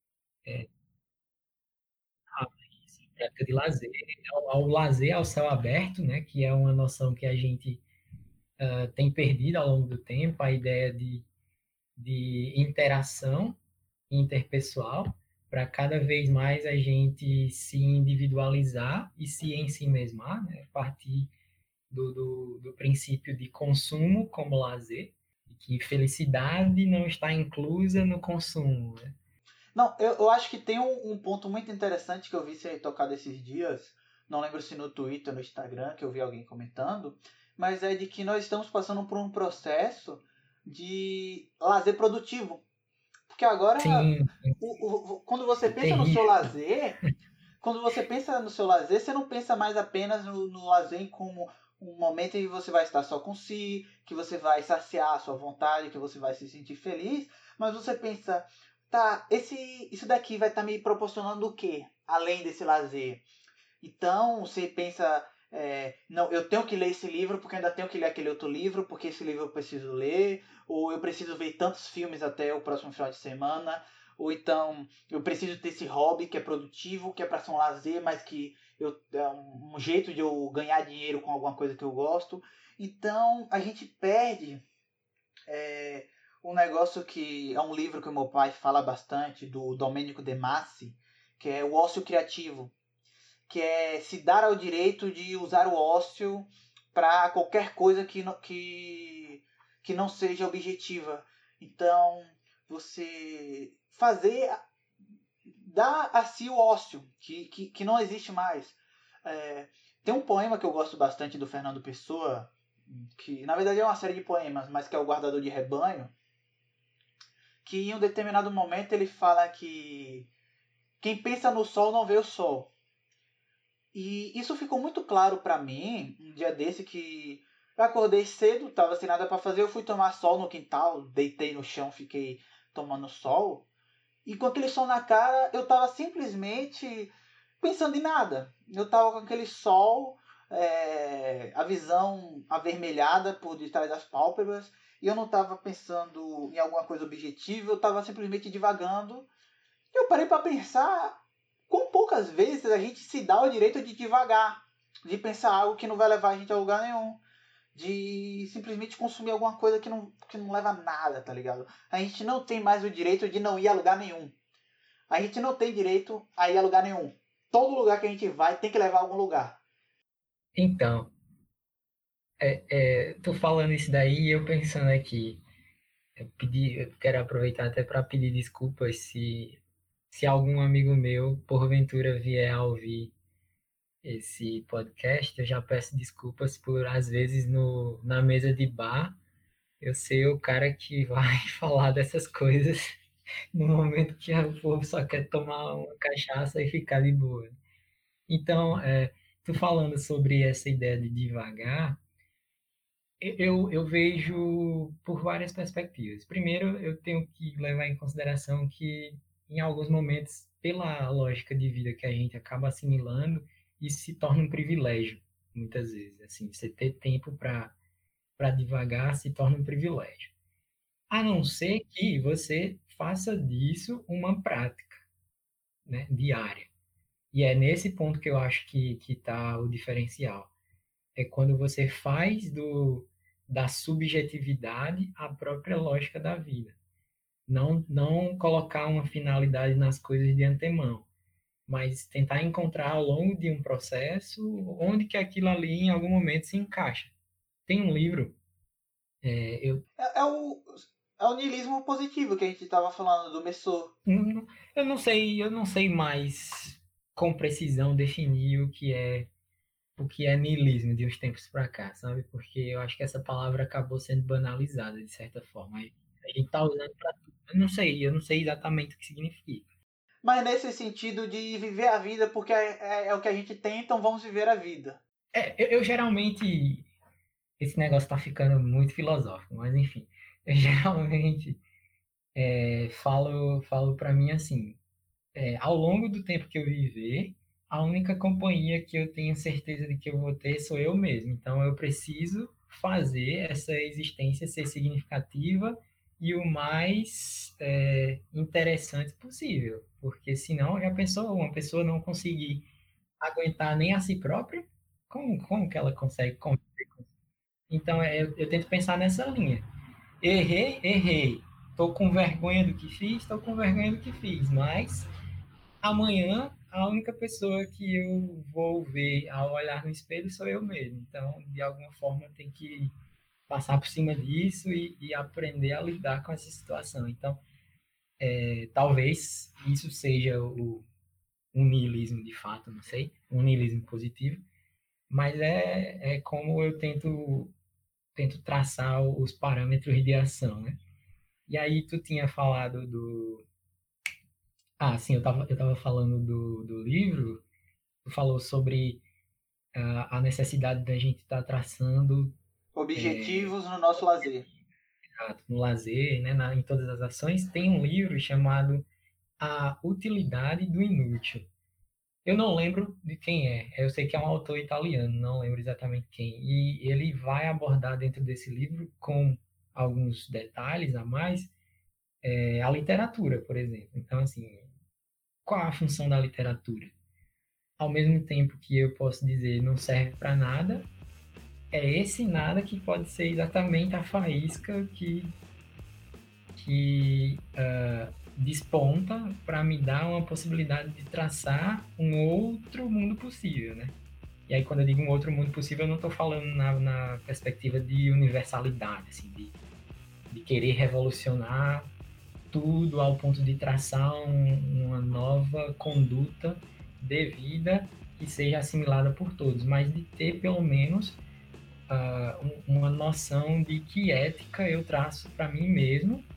prática de lazer, ao lazer ao céu aberto, né? Que é uma noção que a gente tem perdido ao longo do tempo, a ideia de interação interpessoal, para cada vez mais a gente se individualizar e se em si mesmar, né? A partir do princípio de consumo como lazer, e que felicidade não está inclusa no consumo. Né?
Não, eu acho que tem um ponto muito interessante que eu vi ser tocado esses dias, não lembro se no Twitter ou no Instagram, que eu vi alguém comentando, mas é de que nós estamos passando por um processo de lazer produtivo. Porque agora,
Sim,
quando você
é
pensa no seu
terrível.
lazer, você não pensa mais apenas no lazer como um momento em que você vai estar só com si, que você vai saciar a sua vontade, que você vai se sentir feliz, mas você pensa, tá, isso daqui vai estar me proporcionando o quê? Além desse lazer. Então, você pensa, não, eu tenho que ler esse livro porque ainda tenho que ler aquele outro livro, porque esse livro eu preciso ler, ou eu preciso ver tantos filmes até o próximo final de semana, ou então eu preciso ter esse hobby que é produtivo, que é para ser um lazer, mas que é um jeito de eu ganhar dinheiro com alguma coisa que eu gosto. Então, a gente perde um negócio que é um livro que o meu pai fala bastante, do Domenico De Masi, que é o ócio criativo, que é se dar ao direito de usar o ócio para qualquer coisa que não seja objetiva. Então, você dar a si o ócio, que não existe mais. Tem um poema que eu gosto bastante do Fernando Pessoa, que na verdade é uma série de poemas, mas que é o Guardador de Rebanho, que em um determinado momento ele fala que quem pensa no sol não vê o sol. E isso ficou muito claro pra mim, um dia desse que eu acordei cedo, tava sem nada pra fazer, eu fui tomar sol no quintal, deitei no chão, fiquei tomando sol. E com aquele sol na cara, eu tava simplesmente pensando em nada. Eu tava com aquele sol, a visão avermelhada por detrás das pálpebras, e eu não tava pensando em alguma coisa objetiva, eu tava simplesmente divagando. E eu parei pra pensar quão poucas vezes a gente se dá o direito de divagar, de pensar algo que não vai levar a gente a lugar nenhum, de simplesmente consumir alguma coisa que não leva a nada, tá ligado? A gente não tem mais o direito de não ir a lugar nenhum. A gente não tem direito a ir a lugar nenhum. Todo lugar que a gente vai tem que levar a algum lugar.
Então, tô falando isso daí e eu pensando aqui, eu quero aproveitar até para pedir desculpas se algum amigo meu, porventura, vier a ouvir esse podcast, eu já peço desculpas por, às vezes, na mesa de bar, eu ser o cara que vai falar dessas coisas no momento que o povo só quer tomar uma cachaça e ficar de boa. Então, tu falando sobre essa ideia de devagar, eu vejo por várias perspectivas. Primeiro, eu tenho que levar em consideração que, em alguns momentos, pela lógica de vida que a gente acaba assimilando, isso se torna um privilégio, muitas vezes. Assim, você ter tempo para devagar se torna um privilégio. A não ser que você faça disso uma prática, né, diária. E é nesse ponto que eu acho que está o diferencial. É quando você faz da subjetividade a própria lógica da vida. Não colocar uma finalidade nas coisas de antemão, mas tentar encontrar ao longo de um processo onde que aquilo ali em algum momento se encaixa. Tem um livro, eu,
É o niilismo positivo que a gente estava falando do Messor.
eu não sei mais com precisão definir o que é niilismo de uns tempos para cá, sabe? Porque eu acho que essa palavra acabou sendo banalizada de certa forma. A gente tá usando para tudo. Eu não sei exatamente o que significa.
Mas nesse sentido de viver a vida porque é o que a gente tem, então vamos viver a vida.
Eu geralmente esse negócio tá ficando muito filosófico, mas enfim, eu geralmente falo para mim assim, ao longo do tempo que eu viver, a única companhia que eu tenho certeza de que eu vou ter sou eu mesmo. Então eu preciso fazer essa existência ser significativa e o mais interessante possível, porque senão já pensou uma pessoa não conseguir aguentar nem a si própria, como que ela consegue conviver com isso? Então eu tento pensar nessa linha. Errei. Tô com vergonha do que fiz, tô com vergonha do que fiz, mas amanhã a única pessoa que eu vou ver ao olhar no espelho sou eu mesmo. Então, de alguma forma, tem que passar por cima disso e aprender a lidar com essa situação. Então, talvez isso seja um niilismo de fato, não sei, um niilismo positivo, mas é como eu tento traçar os parâmetros de ação, né? E aí tu tinha falado sim, eu tava falando do livro, tu falou sobre a necessidade da gente estar traçando
Objetivos no nosso lazer.
no lazer, né, em todas as ações. Tem um livro chamado A Utilidade do Inútil. Eu não lembro de quem é. Eu sei que é um autor italiano, não lembro exatamente quem. E ele vai abordar dentro desse livro, com alguns detalhes a mais, a literatura, por exemplo. Então, assim, qual a função da literatura? Ao mesmo tempo que eu posso dizer não serve para nada, é esse nada que pode ser exatamente a faísca que desponta para me dar uma possibilidade de traçar um outro mundo possível, né? E aí, quando eu digo um outro mundo possível, eu não estou falando na perspectiva de universalidade, assim, de querer revolucionar tudo ao ponto de traçar uma nova conduta de vida que seja assimilada por todos, mas de ter pelo menos uma noção de que ética eu traço para mim mesmo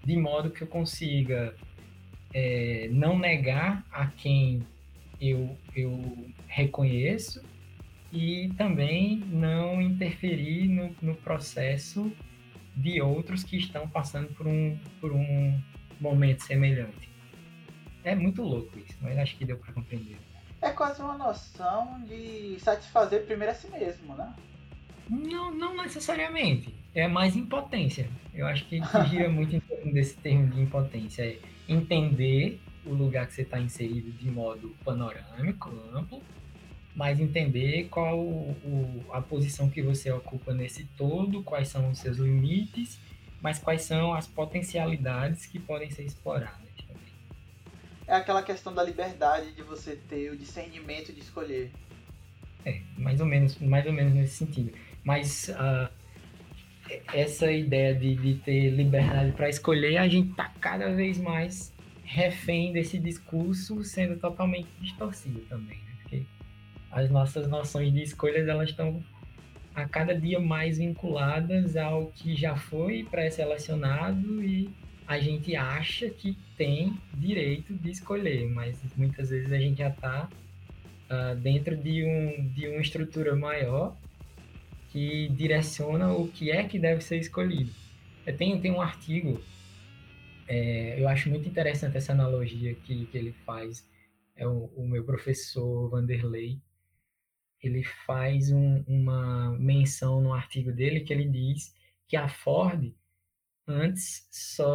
de modo que eu consiga não negar a quem eu reconheço e também não interferir no processo de outros que estão passando por um momento semelhante. É muito louco isso, mas acho que deu para compreender.
É quase uma noção de satisfazer primeiro a si mesmo, né?
Não necessariamente. É mais impotência. Eu acho que gira muito em torno desse termo de impotência. É entender o lugar que você está inserido de modo panorâmico, amplo, mas entender qual a posição que você ocupa nesse todo, quais são os seus limites, mas quais são as potencialidades que podem ser exploradas também.
É aquela questão da liberdade de você ter o discernimento de escolher.
Mais ou menos nesse sentido. Mas essa ideia de ter liberdade para escolher, a gente está cada vez mais refém desse discurso sendo totalmente distorcido também, né? Porque as nossas noções de escolhas, elas estão a cada dia mais vinculadas ao que já foi pré-selecionado e a gente acha que tem direito de escolher, mas muitas vezes a gente já está dentro de uma estrutura maior que direciona o que é que deve ser escolhido. Tem um artigo, eu acho muito interessante essa analogia que ele faz, é o meu professor Vanderlei, ele faz uma menção no artigo dele que ele diz que a Ford antes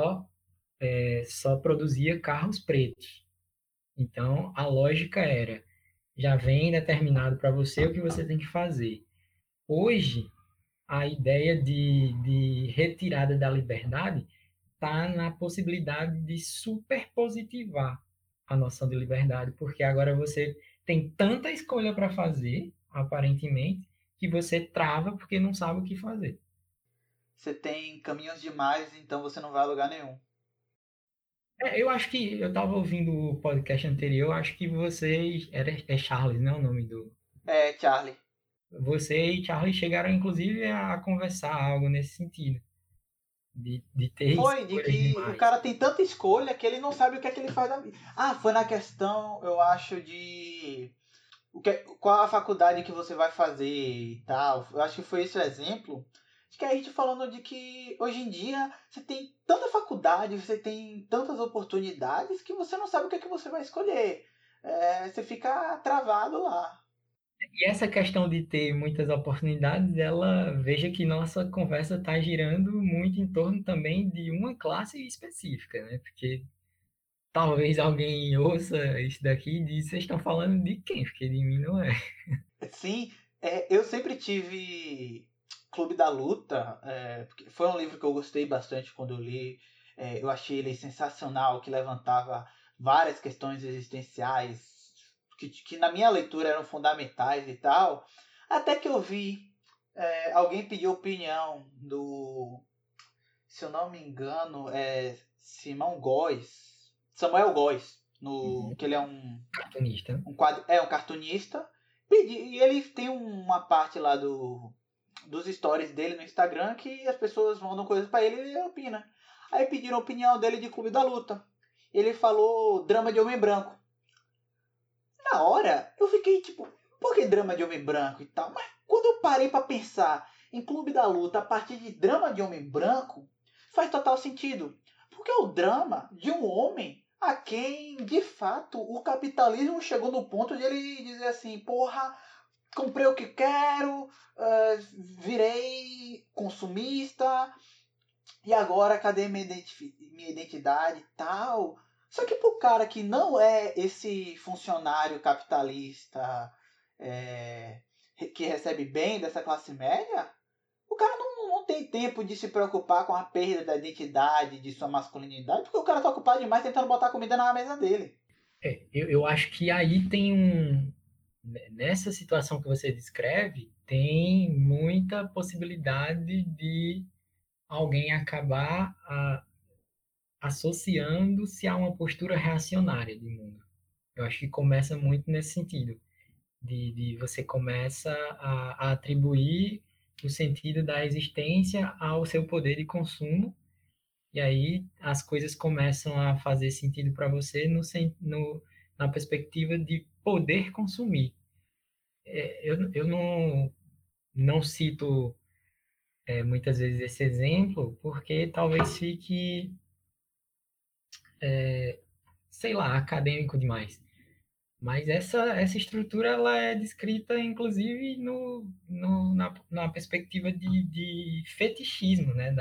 só produzia carros pretos. Então, a lógica era, já vem determinado para você o que você tem que fazer. Hoje, a ideia de retirada da liberdade está na possibilidade de superpositivar a noção de liberdade, porque agora você tem tanta escolha para fazer, aparentemente, que você trava porque não sabe o que fazer.
Você tem caminhos demais, então você não vai a lugar nenhum.
Eu acho que eu estava ouvindo o podcast anterior, acho que você é Charles, não é o nome do.
É, Charlie.
Você e Charles chegaram, inclusive, a conversar algo nesse sentido, de ter
Foi de
escolhas
que o
demais.
cara tem tanta escolha que ele não sabe o que é que ele faz da vida. Ah, foi na questão, eu acho, de qual a faculdade que você vai fazer e tal. Eu acho que foi esse o exemplo. Acho que é a gente falando de que hoje em dia você tem tanta faculdade, você tem tantas oportunidades que você não sabe o que é que você vai escolher. Você fica travado lá.
E essa questão de ter muitas oportunidades, ela veja que nossa conversa está girando muito em torno também de uma classe específica, né? Porque talvez alguém ouça isso daqui e diz, vocês estão falando de quem? Porque de mim não é.
Sim, eu sempre tive Clube da Luta, porque foi um livro que eu gostei bastante quando eu li. Eu achei ele sensacional, que levantava várias questões existenciais que na minha leitura eram fundamentais e tal. Até que eu vi alguém pedir opinião do, se eu não me engano, Simão Góes, Samuel Góes, que ele é
Cartunista, né?
um cartunista. E ele tem uma parte lá dos stories dele no Instagram que as pessoas mandam coisas pra ele e ele opina. Aí pediram a opinião dele de Clube da Luta. Ele falou drama de homem branco. Na hora, eu fiquei tipo, por que drama de homem branco e tal? Mas quando eu parei pra pensar em Clube da Luta a partir de drama de homem branco, faz total sentido. Porque é o drama de um homem a quem, de fato, o capitalismo chegou no ponto de ele dizer assim, porra, comprei o que quero, virei consumista, e agora cadê minha identidade e tal? Só que pro cara que não é esse funcionário capitalista que recebe bem dessa classe média, o cara não tem tempo de se preocupar com a perda da identidade, de sua masculinidade, porque o cara tá ocupado demais tentando botar comida na mesa dele.
Eu acho que aí nessa situação que você descreve, tem muita possibilidade de alguém acabar associando-se a uma postura reacionária de mundo. Eu acho que começa muito nesse sentido, de você começa a atribuir o sentido da existência ao seu poder de consumo E aí as coisas começam a fazer sentido para você na perspectiva de poder consumir. Eu não cito muitas vezes esse exemplo porque talvez fique, sei lá, acadêmico demais. Mas essa estrutura ela é descrita, inclusive, na perspectiva de fetichismo, né,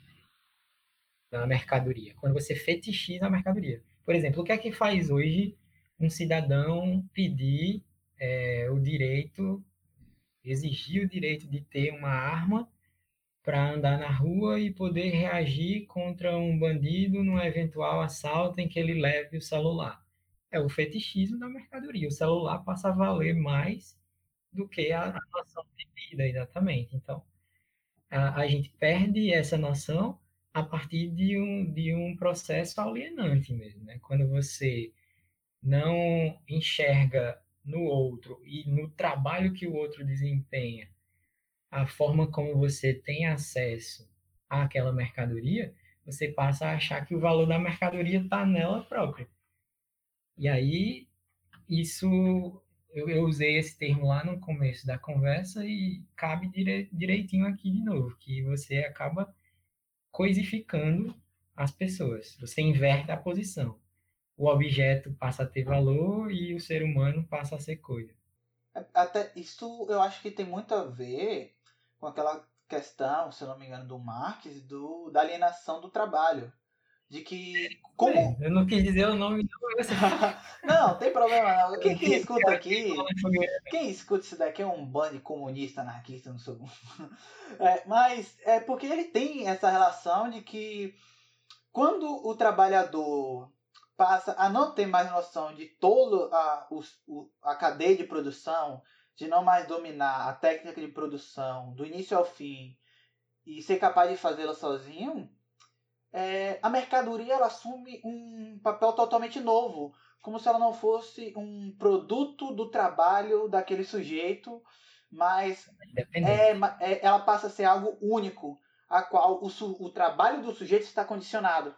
da mercadoria. Quando você fetichiza a mercadoria. Por exemplo, o que é que faz hoje um cidadão pedir o direito, exigir o direito de ter uma arma para andar na rua e poder reagir contra um bandido num eventual assalto em que ele leve o celular? É o fetichismo da mercadoria. O celular passa a valer mais do que a noção de vida, exatamente. Então, a gente perde essa noção a partir de um processo alienante mesmo, né? Quando você não enxerga no outro e no trabalho que o outro desempenha, a forma como você tem acesso àquela mercadoria, você passa a achar que o valor da mercadoria está nela própria. E aí, isso, eu usei esse termo lá no começo da conversa e cabe direitinho aqui de novo, que você acaba coisificando as pessoas. Você inverte a posição. O objeto passa a ter valor e o ser humano passa a ser coisa.
Até isso eu acho que tem muito a ver com aquela questão, se eu não me engano, do Marx, da alienação do trabalho. De que como.
Eu não quis dizer o nome, não, você
Não, tem problema não.
eu
Quem
queria
escuta
falar
aqui,
na fogueira.
quem escuta isso daqui é um bando de comunista, anarquista, não sei. Mas é porque ele tem essa relação de que quando o trabalhador passa a não ter mais noção de toda a cadeia de produção, de não mais dominar a técnica de produção do início ao fim e ser capaz de fazê-la sozinho, a mercadoria ela assume um papel totalmente novo, como se ela não fosse um produto do trabalho daquele sujeito, mas
Independente.
ela passa a ser algo único, a qual o trabalho do sujeito está condicionado.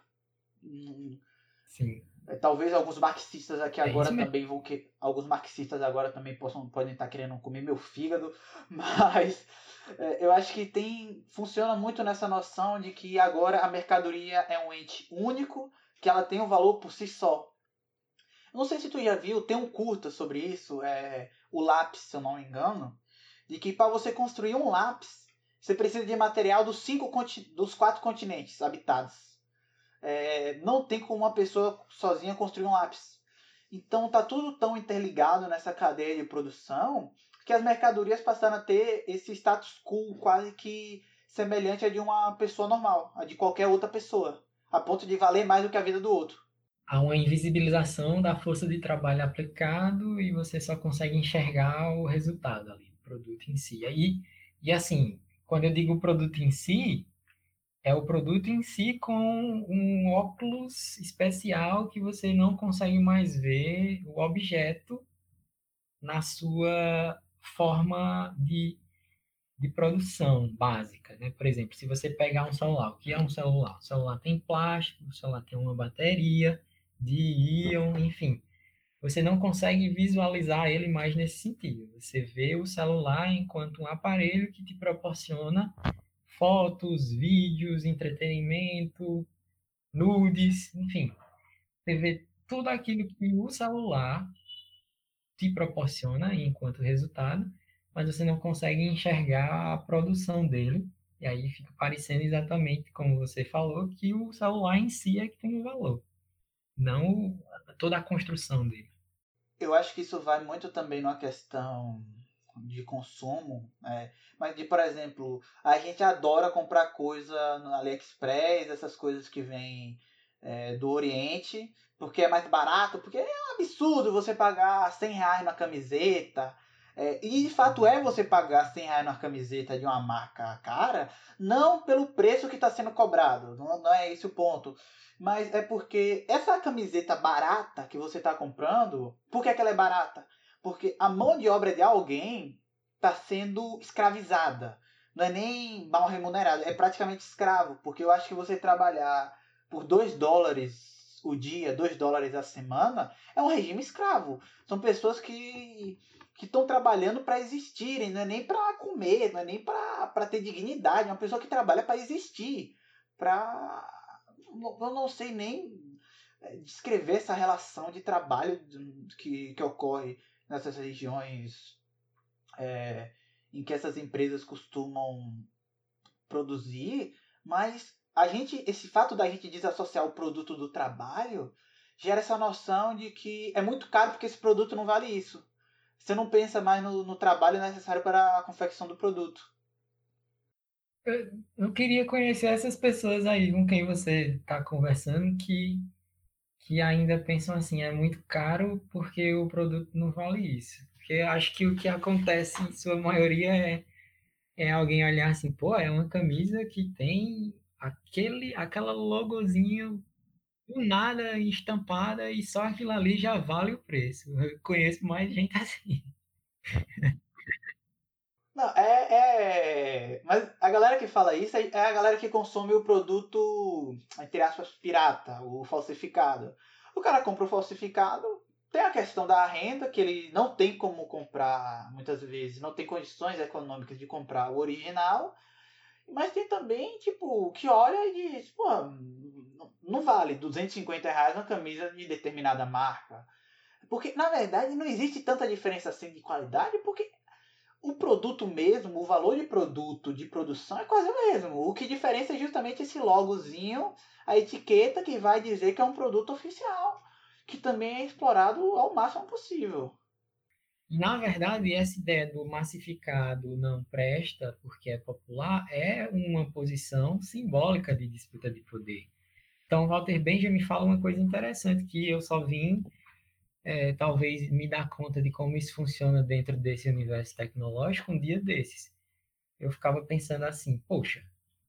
Sim,
Talvez alguns marxistas aqui
é
agora
isso mesmo.
também alguns marxistas agora também podem estar querendo comer meu fígado, mas eu acho que funciona muito nessa noção de que agora a mercadoria é um ente único, que ela tem um valor por si só. Não sei se tu já viu, tem um curta sobre isso, o lápis, se eu não me engano, de que para você construir um lápis, você precisa de material dos 4 continentes habitados. Não tem como uma pessoa sozinha construir um lápis. Então tá tudo tão interligado nessa cadeia de produção que as mercadorias passaram a ter esse status quo quase que semelhante a de uma pessoa normal, a de qualquer outra pessoa, a ponto de valer mais do que a vida do outro.
Há uma invisibilização da força de trabalho aplicado e você só consegue enxergar o resultado ali, o produto em si. E assim, quando eu digo produto em si, é o produto em si com um óculos especial que você não consegue mais ver o objeto na sua forma de produção básica, né? Por exemplo, se você pegar um celular, o que é um celular? O celular tem plástico, o celular tem uma bateria de íon, enfim. Você não consegue visualizar ele mais nesse sentido. Você vê o celular enquanto um aparelho que te proporciona fotos, vídeos, entretenimento, nudes, enfim. Você vê tudo aquilo que o celular te proporciona enquanto resultado, mas você não consegue enxergar a produção dele. E aí fica parecendo exatamente como você falou, que o celular em si é que tem o valor, não toda a construção dele.
Eu acho que isso vai muito também numa questão de consumo, mas por exemplo, a gente adora comprar coisa no AliExpress, essas coisas que vêm do Oriente, porque é mais barato, porque é um absurdo você pagar R$ 100 na camiseta. E de fato você pagar R$ 100 na camiseta de uma marca cara, não pelo preço que está sendo cobrado, não é esse o ponto. Mas é porque essa camiseta barata que você está comprando, por que ela é barata? Porque a mão de obra de alguém está sendo escravizada. Não é nem mal remunerado, é praticamente escravo. Porque eu acho que você trabalhar por $2 o dia, $2 a semana, é um regime escravo. São pessoas que estão trabalhando para existirem, não é nem para comer, não é nem para ter dignidade, é uma pessoa que trabalha para existir, para... Eu não sei nem descrever essa relação de trabalho que ocorre nessas regiões em que essas empresas costumam produzir, mas esse fato da gente desassociar o produto do trabalho gera essa noção de que é muito caro porque esse produto não vale isso. Você não pensa mais no trabalho necessário para a confecção do produto.
Eu queria conhecer essas pessoas aí com quem você está conversando que ainda pensam assim, é muito caro porque o produto não vale isso. Porque eu acho que o que acontece em sua maioria é alguém olhar assim, pô, é uma camisa que tem aquela logozinho do nada estampada e só aquilo ali já vale o preço. Eu conheço mais gente assim.
Não, mas a galera que fala isso é a galera que consome o produto, entre aspas, pirata, o falsificado. O cara compra o falsificado, tem a questão da renda, que ele não tem como comprar, muitas vezes, não tem condições econômicas de comprar o original, mas tem também, tipo, que olha e diz, pô, não vale R$ 250 uma camisa de determinada marca. Porque, na verdade, não existe tanta diferença assim de qualidade, porque o produto mesmo, o valor de produto, de produção é quase o mesmo. O que diferencia é justamente esse logozinho, a etiqueta que vai dizer que é um produto oficial, que também é explorado ao máximo possível.
Na verdade, essa ideia do massificado não presta porque é popular é uma posição simbólica de disputa de poder. Então, Walter Benjamin fala uma coisa interessante que eu só vim, talvez, me dar conta de como isso funciona dentro desse universo tecnológico um dia desses. Eu ficava pensando assim, poxa,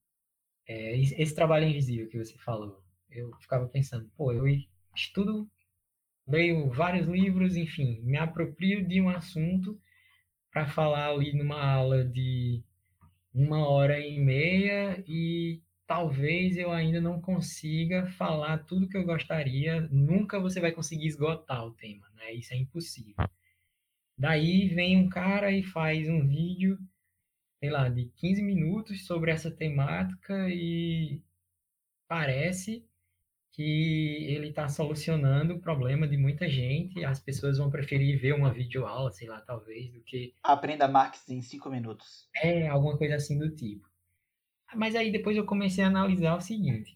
esse trabalho invisível que você falou, eu ficava pensando, pô, eu estudo, leio vários livros, enfim, me aproprio de um assunto para falar ali numa aula de 1 hora e meia e talvez eu ainda não consiga falar tudo que eu gostaria. Nunca você vai conseguir esgotar o tema, né? Isso é impossível. Daí vem um cara e faz um vídeo, sei lá, de 15 minutos sobre essa temática e parece que ele está solucionando o problema de muita gente. As pessoas vão preferir ver uma videoaula, sei lá, talvez, do que
Aprenda Marx em 5 minutos.
alguma coisa assim do tipo. Mas aí depois eu comecei a analisar o seguinte,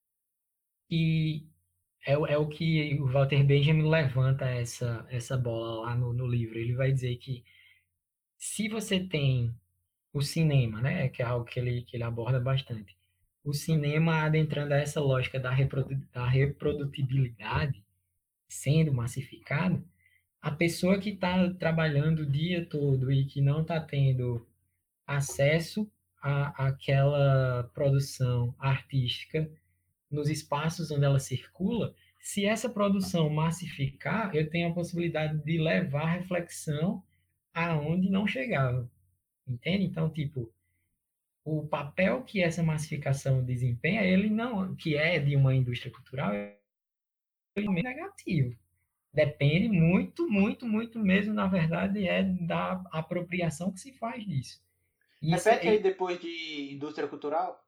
que é o que o Walter Benjamin levanta essa bola lá no livro. Ele vai dizer que se você tem o cinema, né, que é algo que ele aborda bastante, o cinema adentrando essa lógica da reprodutibilidade, sendo massificado, a pessoa que está trabalhando o dia todo e que não está tendo acesso àquela produção artística nos espaços onde ela circula, se essa produção massificar, eu tenho a possibilidade de levar a reflexão aonde não chegava. Entende? Então, tipo, o papel que essa massificação desempenha, ele não, que é de uma indústria cultural, é negativo. Depende muito, muito, muito mesmo, na verdade, é da apropriação que se faz disso. Isso
Repete aí
é,
depois de indústria cultural.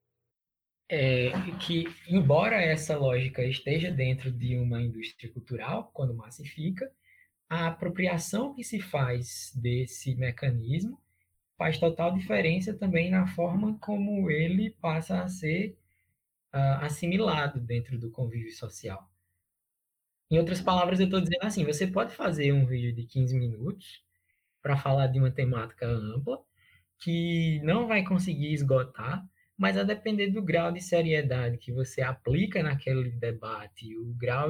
é que, embora essa lógica esteja dentro de uma indústria cultural, quando massifica, a apropriação que se faz desse mecanismo faz total diferença também na forma como ele passa a ser assimilado dentro do convívio social. Em outras palavras, eu estou dizendo assim, você pode fazer um vídeo de 15 minutos para falar de uma temática ampla, que não vai conseguir esgotar, mas a depender do grau de seriedade que você aplica naquele debate, o grau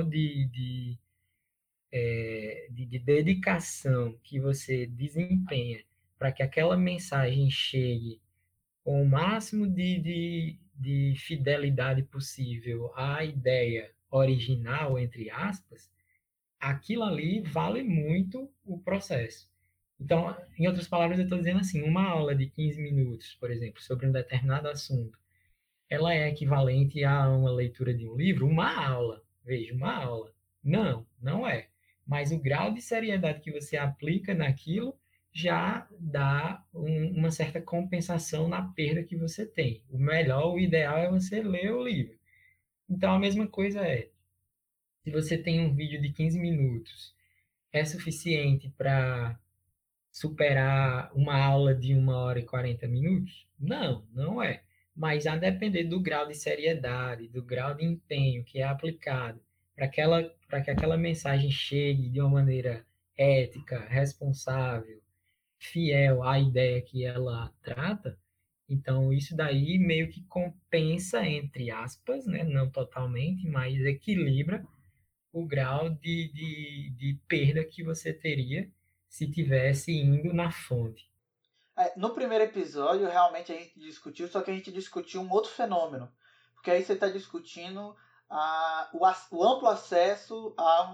de dedicação que você desempenha para que aquela mensagem chegue com o máximo de fidelidade possível à ideia original, entre aspas, aquilo ali vale muito o processo. Então, em outras palavras, eu estou dizendo assim, uma aula de 15 minutos, por exemplo, sobre um determinado assunto, ela é equivalente a uma leitura de um livro, uma aula. Veja, uma aula. Não, não é. Mas o grau de seriedade que você aplica naquilo já dá uma certa compensação na perda que você tem. O melhor, o ideal é você ler o livro. Então, a mesma coisa é, se você tem um vídeo de 15 minutos, é suficiente para superar uma aula de 1 hora e 40 minutos? Não, não é. Mas a depender do grau de seriedade, do grau de empenho que é aplicado para que aquela mensagem chegue de uma maneira ética, responsável, fiel à ideia que ela trata, então isso daí meio que compensa, entre aspas, né? Não totalmente, mas equilibra o grau de perda que você teria se tivesse indo na fonte.
No primeiro episódio, realmente a gente discutiu, só que a gente discutiu um outro fenômeno. Porque aí você está discutindo o amplo acesso a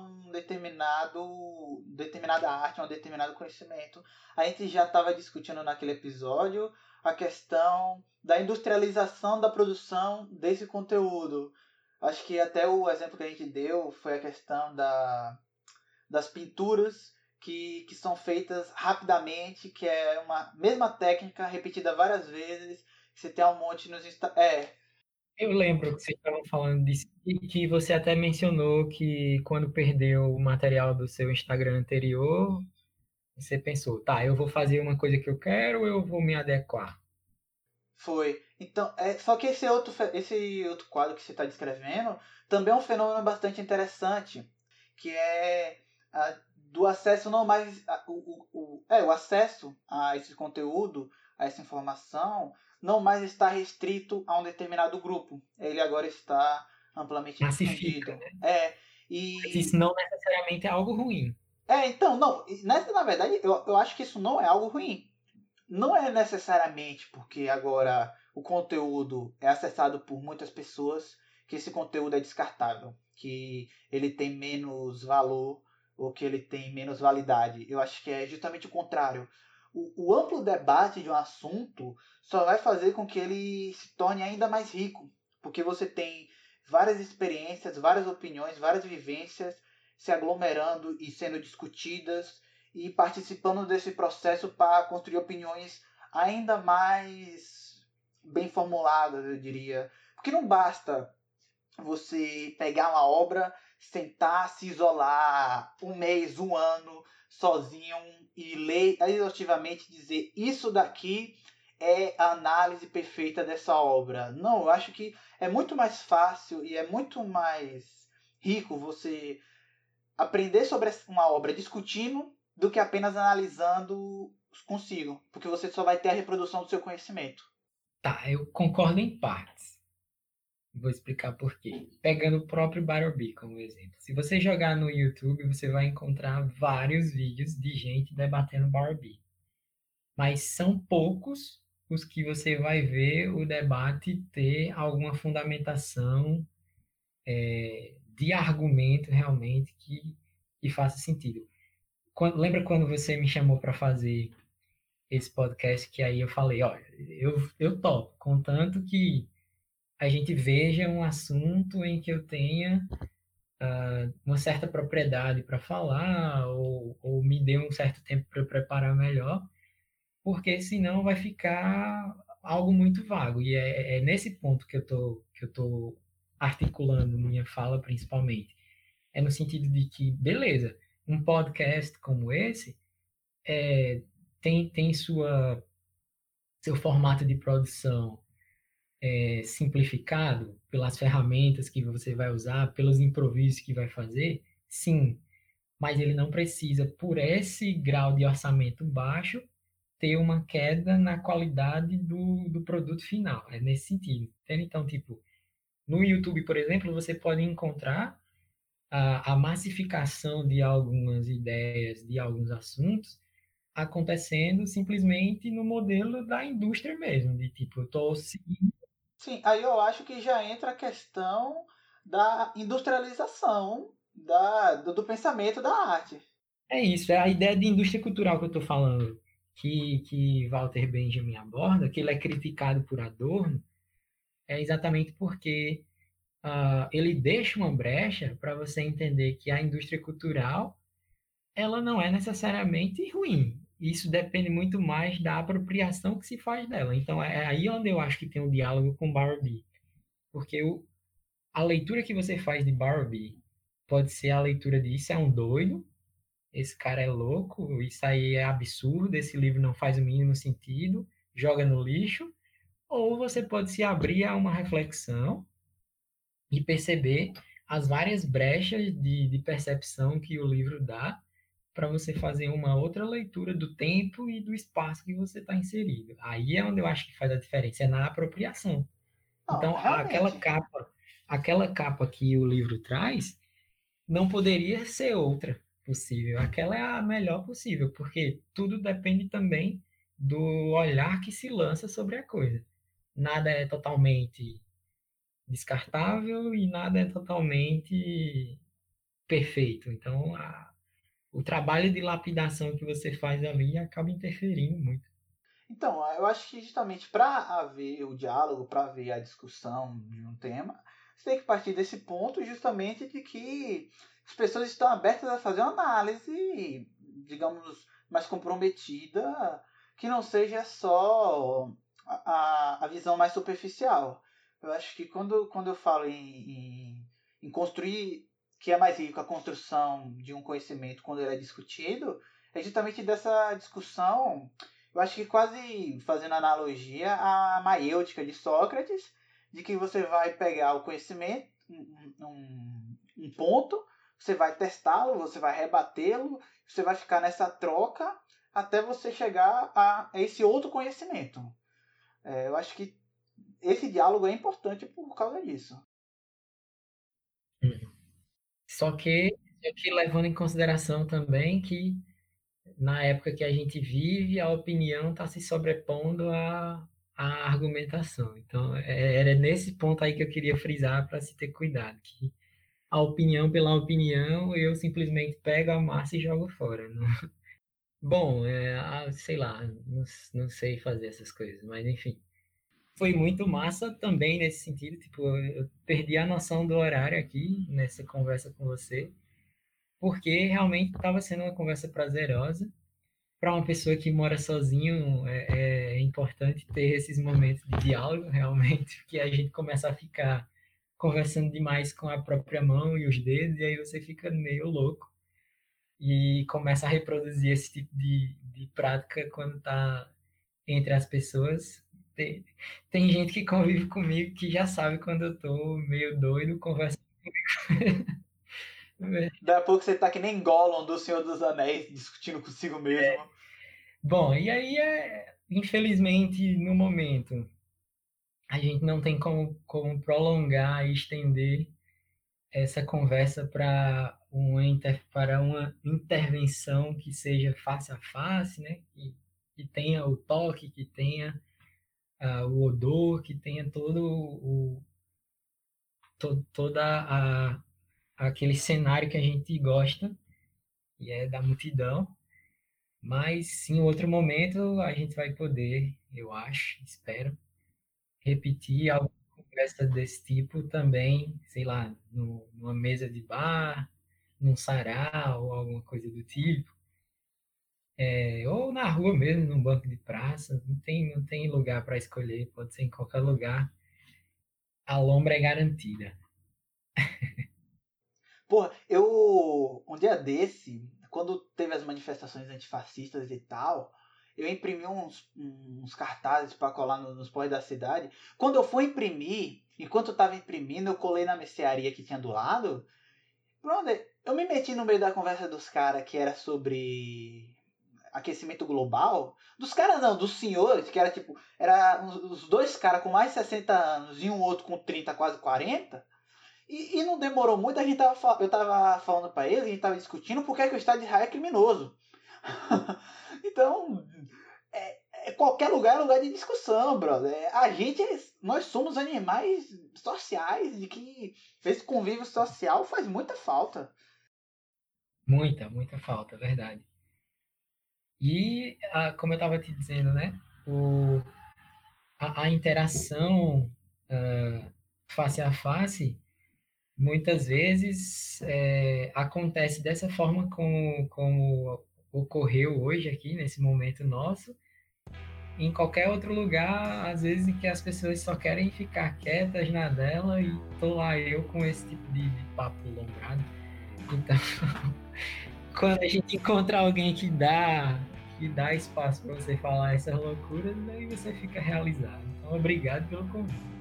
determinada arte, a um determinado conhecimento. A gente já estava discutindo naquele episódio a questão da industrialização da produção desse conteúdo. Acho que até o exemplo que a gente deu foi a questão das pinturas que são feitas rapidamente, que é uma mesma técnica repetida várias vezes. Você tem um monte nos
Eu lembro que vocês estavam falando disso e que você até mencionou que quando perdeu o material do seu Instagram anterior, você pensou, tá, eu vou fazer uma coisa que eu quero ou eu vou me adequar?
foi. Então, só que esse outro quadro que você está descrevendo também é um fenômeno bastante interessante, que é do acesso não mais o acesso a esse conteúdo, a essa informação, não mais está restrito a um determinado grupo. Ele agora está amplamente
Massifica,
difundido.
né? Mas isso
E
não necessariamente é algo ruim.
então, não, na verdade, eu acho que isso não é algo ruim. Não é necessariamente porque agora o conteúdo é acessado por muitas pessoas que esse conteúdo é descartável, que ele tem menos valor ou que ele tem menos validade. Eu acho que é justamente o contrário. O amplo debate de um assunto só vai fazer com que ele se torne ainda mais rico, porque você tem várias experiências, várias opiniões, várias vivências se aglomerando e sendo discutidas e participando desse processo para construir opiniões ainda mais bem formuladas, eu diria. Porque não basta você pegar uma obra, sentar, se isolar um mês, um ano, sozinho e ler exaustivamente dizer isso daqui é a análise perfeita dessa obra. Não, eu acho que é muito mais fácil e é muito mais rico você aprender sobre uma obra discutindo do que apenas analisando consigo, porque você só vai ter a reprodução do seu conhecimento.
Tá, eu concordo em partes. Vou explicar por quê. Pegando o próprio Barbie como exemplo. Se você jogar no YouTube, você vai encontrar vários vídeos de gente debatendo Barbie. Mas são poucos os que você vai ver o debate ter alguma fundamentação de argumento realmente que faça sentido. Lembra quando você me chamou para fazer esse podcast que aí eu falei, olha, eu topo, contanto que a gente veja um assunto em que eu tenha uma certa propriedade para falar ou me dê um certo tempo para eu preparar melhor, porque senão vai ficar algo muito vago. E é nesse ponto que eu tô articulando minha fala principalmente. É no sentido de que, beleza, um podcast como esse tem seu formato de produção simplificado pelas ferramentas que você vai usar, pelos improvisos que vai fazer, sim, mas ele não precisa, por esse grau de orçamento baixo, ter uma queda na qualidade do produto final. É nesse sentido. Entende? Então, tipo, no YouTube, por exemplo, você pode encontrar a massificação de algumas ideias, de alguns assuntos, acontecendo simplesmente no modelo da indústria mesmo, de tipo, eu estou seguindo.
Sim, aí eu acho que já entra a questão da industrialização do pensamento da arte.
É isso, é a ideia de indústria cultural que eu estou falando, que Walter Benjamin aborda, que ele é criticado por Adorno, é exatamente porque ele deixa uma brecha para você entender que a indústria cultural ela não é necessariamente ruim. Isso depende muito mais da apropriação que se faz dela. Então é aí onde eu acho que tem um diálogo com Barbie, porque a leitura que você faz de Barbie pode ser a leitura de isso é um doido, esse cara é louco, isso aí é absurdo, esse livro não faz o mínimo sentido, joga no lixo, ou você pode se abrir a uma reflexão e perceber as várias brechas de percepção que o livro dá para você fazer uma outra leitura do tempo e do espaço que você está inserido. Aí é onde eu acho que faz a diferença, é na apropriação.
Não,
Então,
realmente.
aquela capa que o livro traz, não poderia ser outra possível. Aquela é a melhor possível, porque tudo depende também do olhar que se lança sobre a coisa. Nada é totalmente descartável e nada é totalmente perfeito. Então, o trabalho de lapidação que você faz ali acaba interferindo muito.
Então, eu acho que justamente para haver o diálogo, para haver a discussão de um tema, você tem que partir desse ponto justamente de que as pessoas estão abertas a fazer uma análise, digamos, mais comprometida, que não seja só a visão mais superficial. Eu acho que quando eu falo em construir, que é mais rico a construção de um conhecimento quando ele é discutido, é justamente dessa discussão. Eu acho que quase fazendo analogia à maiêutica de Sócrates, de que você vai pegar o conhecimento, um ponto, você vai testá-lo, você vai rebatê-lo, você vai ficar nessa troca até você chegar a esse outro conhecimento. Eu acho que esse diálogo é importante por causa disso.
Uhum. Só que levando em consideração também que na época que a gente vive, a opinião está se sobrepondo à argumentação. Então, era nesse ponto aí que eu queria frisar para se ter cuidado, que a opinião pela opinião, eu simplesmente pego a massa e jogo fora. Bom, sei lá, não sei fazer essas coisas, mas enfim. Foi muito massa também nesse sentido, tipo, eu perdi a noção do horário aqui nessa conversa com você, porque realmente estava sendo uma conversa prazerosa. Para uma pessoa que mora sozinho, é importante ter esses momentos de diálogo, realmente, porque a gente começa a ficar conversando demais com a própria mão e os dedos, e aí você fica meio louco e começa a reproduzir esse tipo de prática quando está entre as pessoas. Tem gente que convive comigo que já sabe quando eu tô meio doido conversando.
Daqui a pouco você tá que nem Gollum do Senhor dos Anéis, discutindo consigo mesmo.
Bom, e aí infelizmente, no momento, a gente não tem como prolongar e estender essa conversa para uma intervenção que seja face a face, né? Que tenha o toque, que tenha o odor, que tenha toda aquele cenário que a gente gosta, e é da multidão. Mas em outro momento a gente vai poder, eu acho, espero, repetir alguma conversa desse tipo também, sei lá, numa mesa de bar, num sarau ou alguma coisa do tipo. Ou na rua mesmo, num banco de praça, não tem lugar para escolher, pode ser em qualquer lugar. A lombra é garantida.
Porra, eu. Um dia desse, quando teve as manifestações antifascistas e tal, eu imprimi uns cartazes para colar nos postos da cidade. Quando eu fui imprimir, enquanto eu tava imprimindo, eu colei na mercearia que tinha do lado. Brother, eu me meti no meio da conversa dos caras que era sobre aquecimento global. Dos caras não, dos senhores, que era tipo. Era os dois caras com mais de 60 anos e um outro com 30, quase 40. E não demorou muito, eu tava falando pra eles, a gente tava discutindo por que o Estado de Israel é criminoso. Então, qualquer lugar é lugar de discussão, brother. Nós somos animais sociais, de que esse convívio social faz muita falta.
Muita, muita falta, verdade. E, como eu estava te dizendo, né? A interação face a face, muitas vezes acontece dessa forma como ocorreu hoje aqui, nesse momento nosso. Em qualquer outro lugar, às vezes que as pessoas só querem ficar quietas na dela e tô lá eu com esse tipo de papo alongado. Então, quando a gente encontra alguém que dá espaço para você falar essas loucuras, aí você fica realizado. Então, obrigado pelo convite.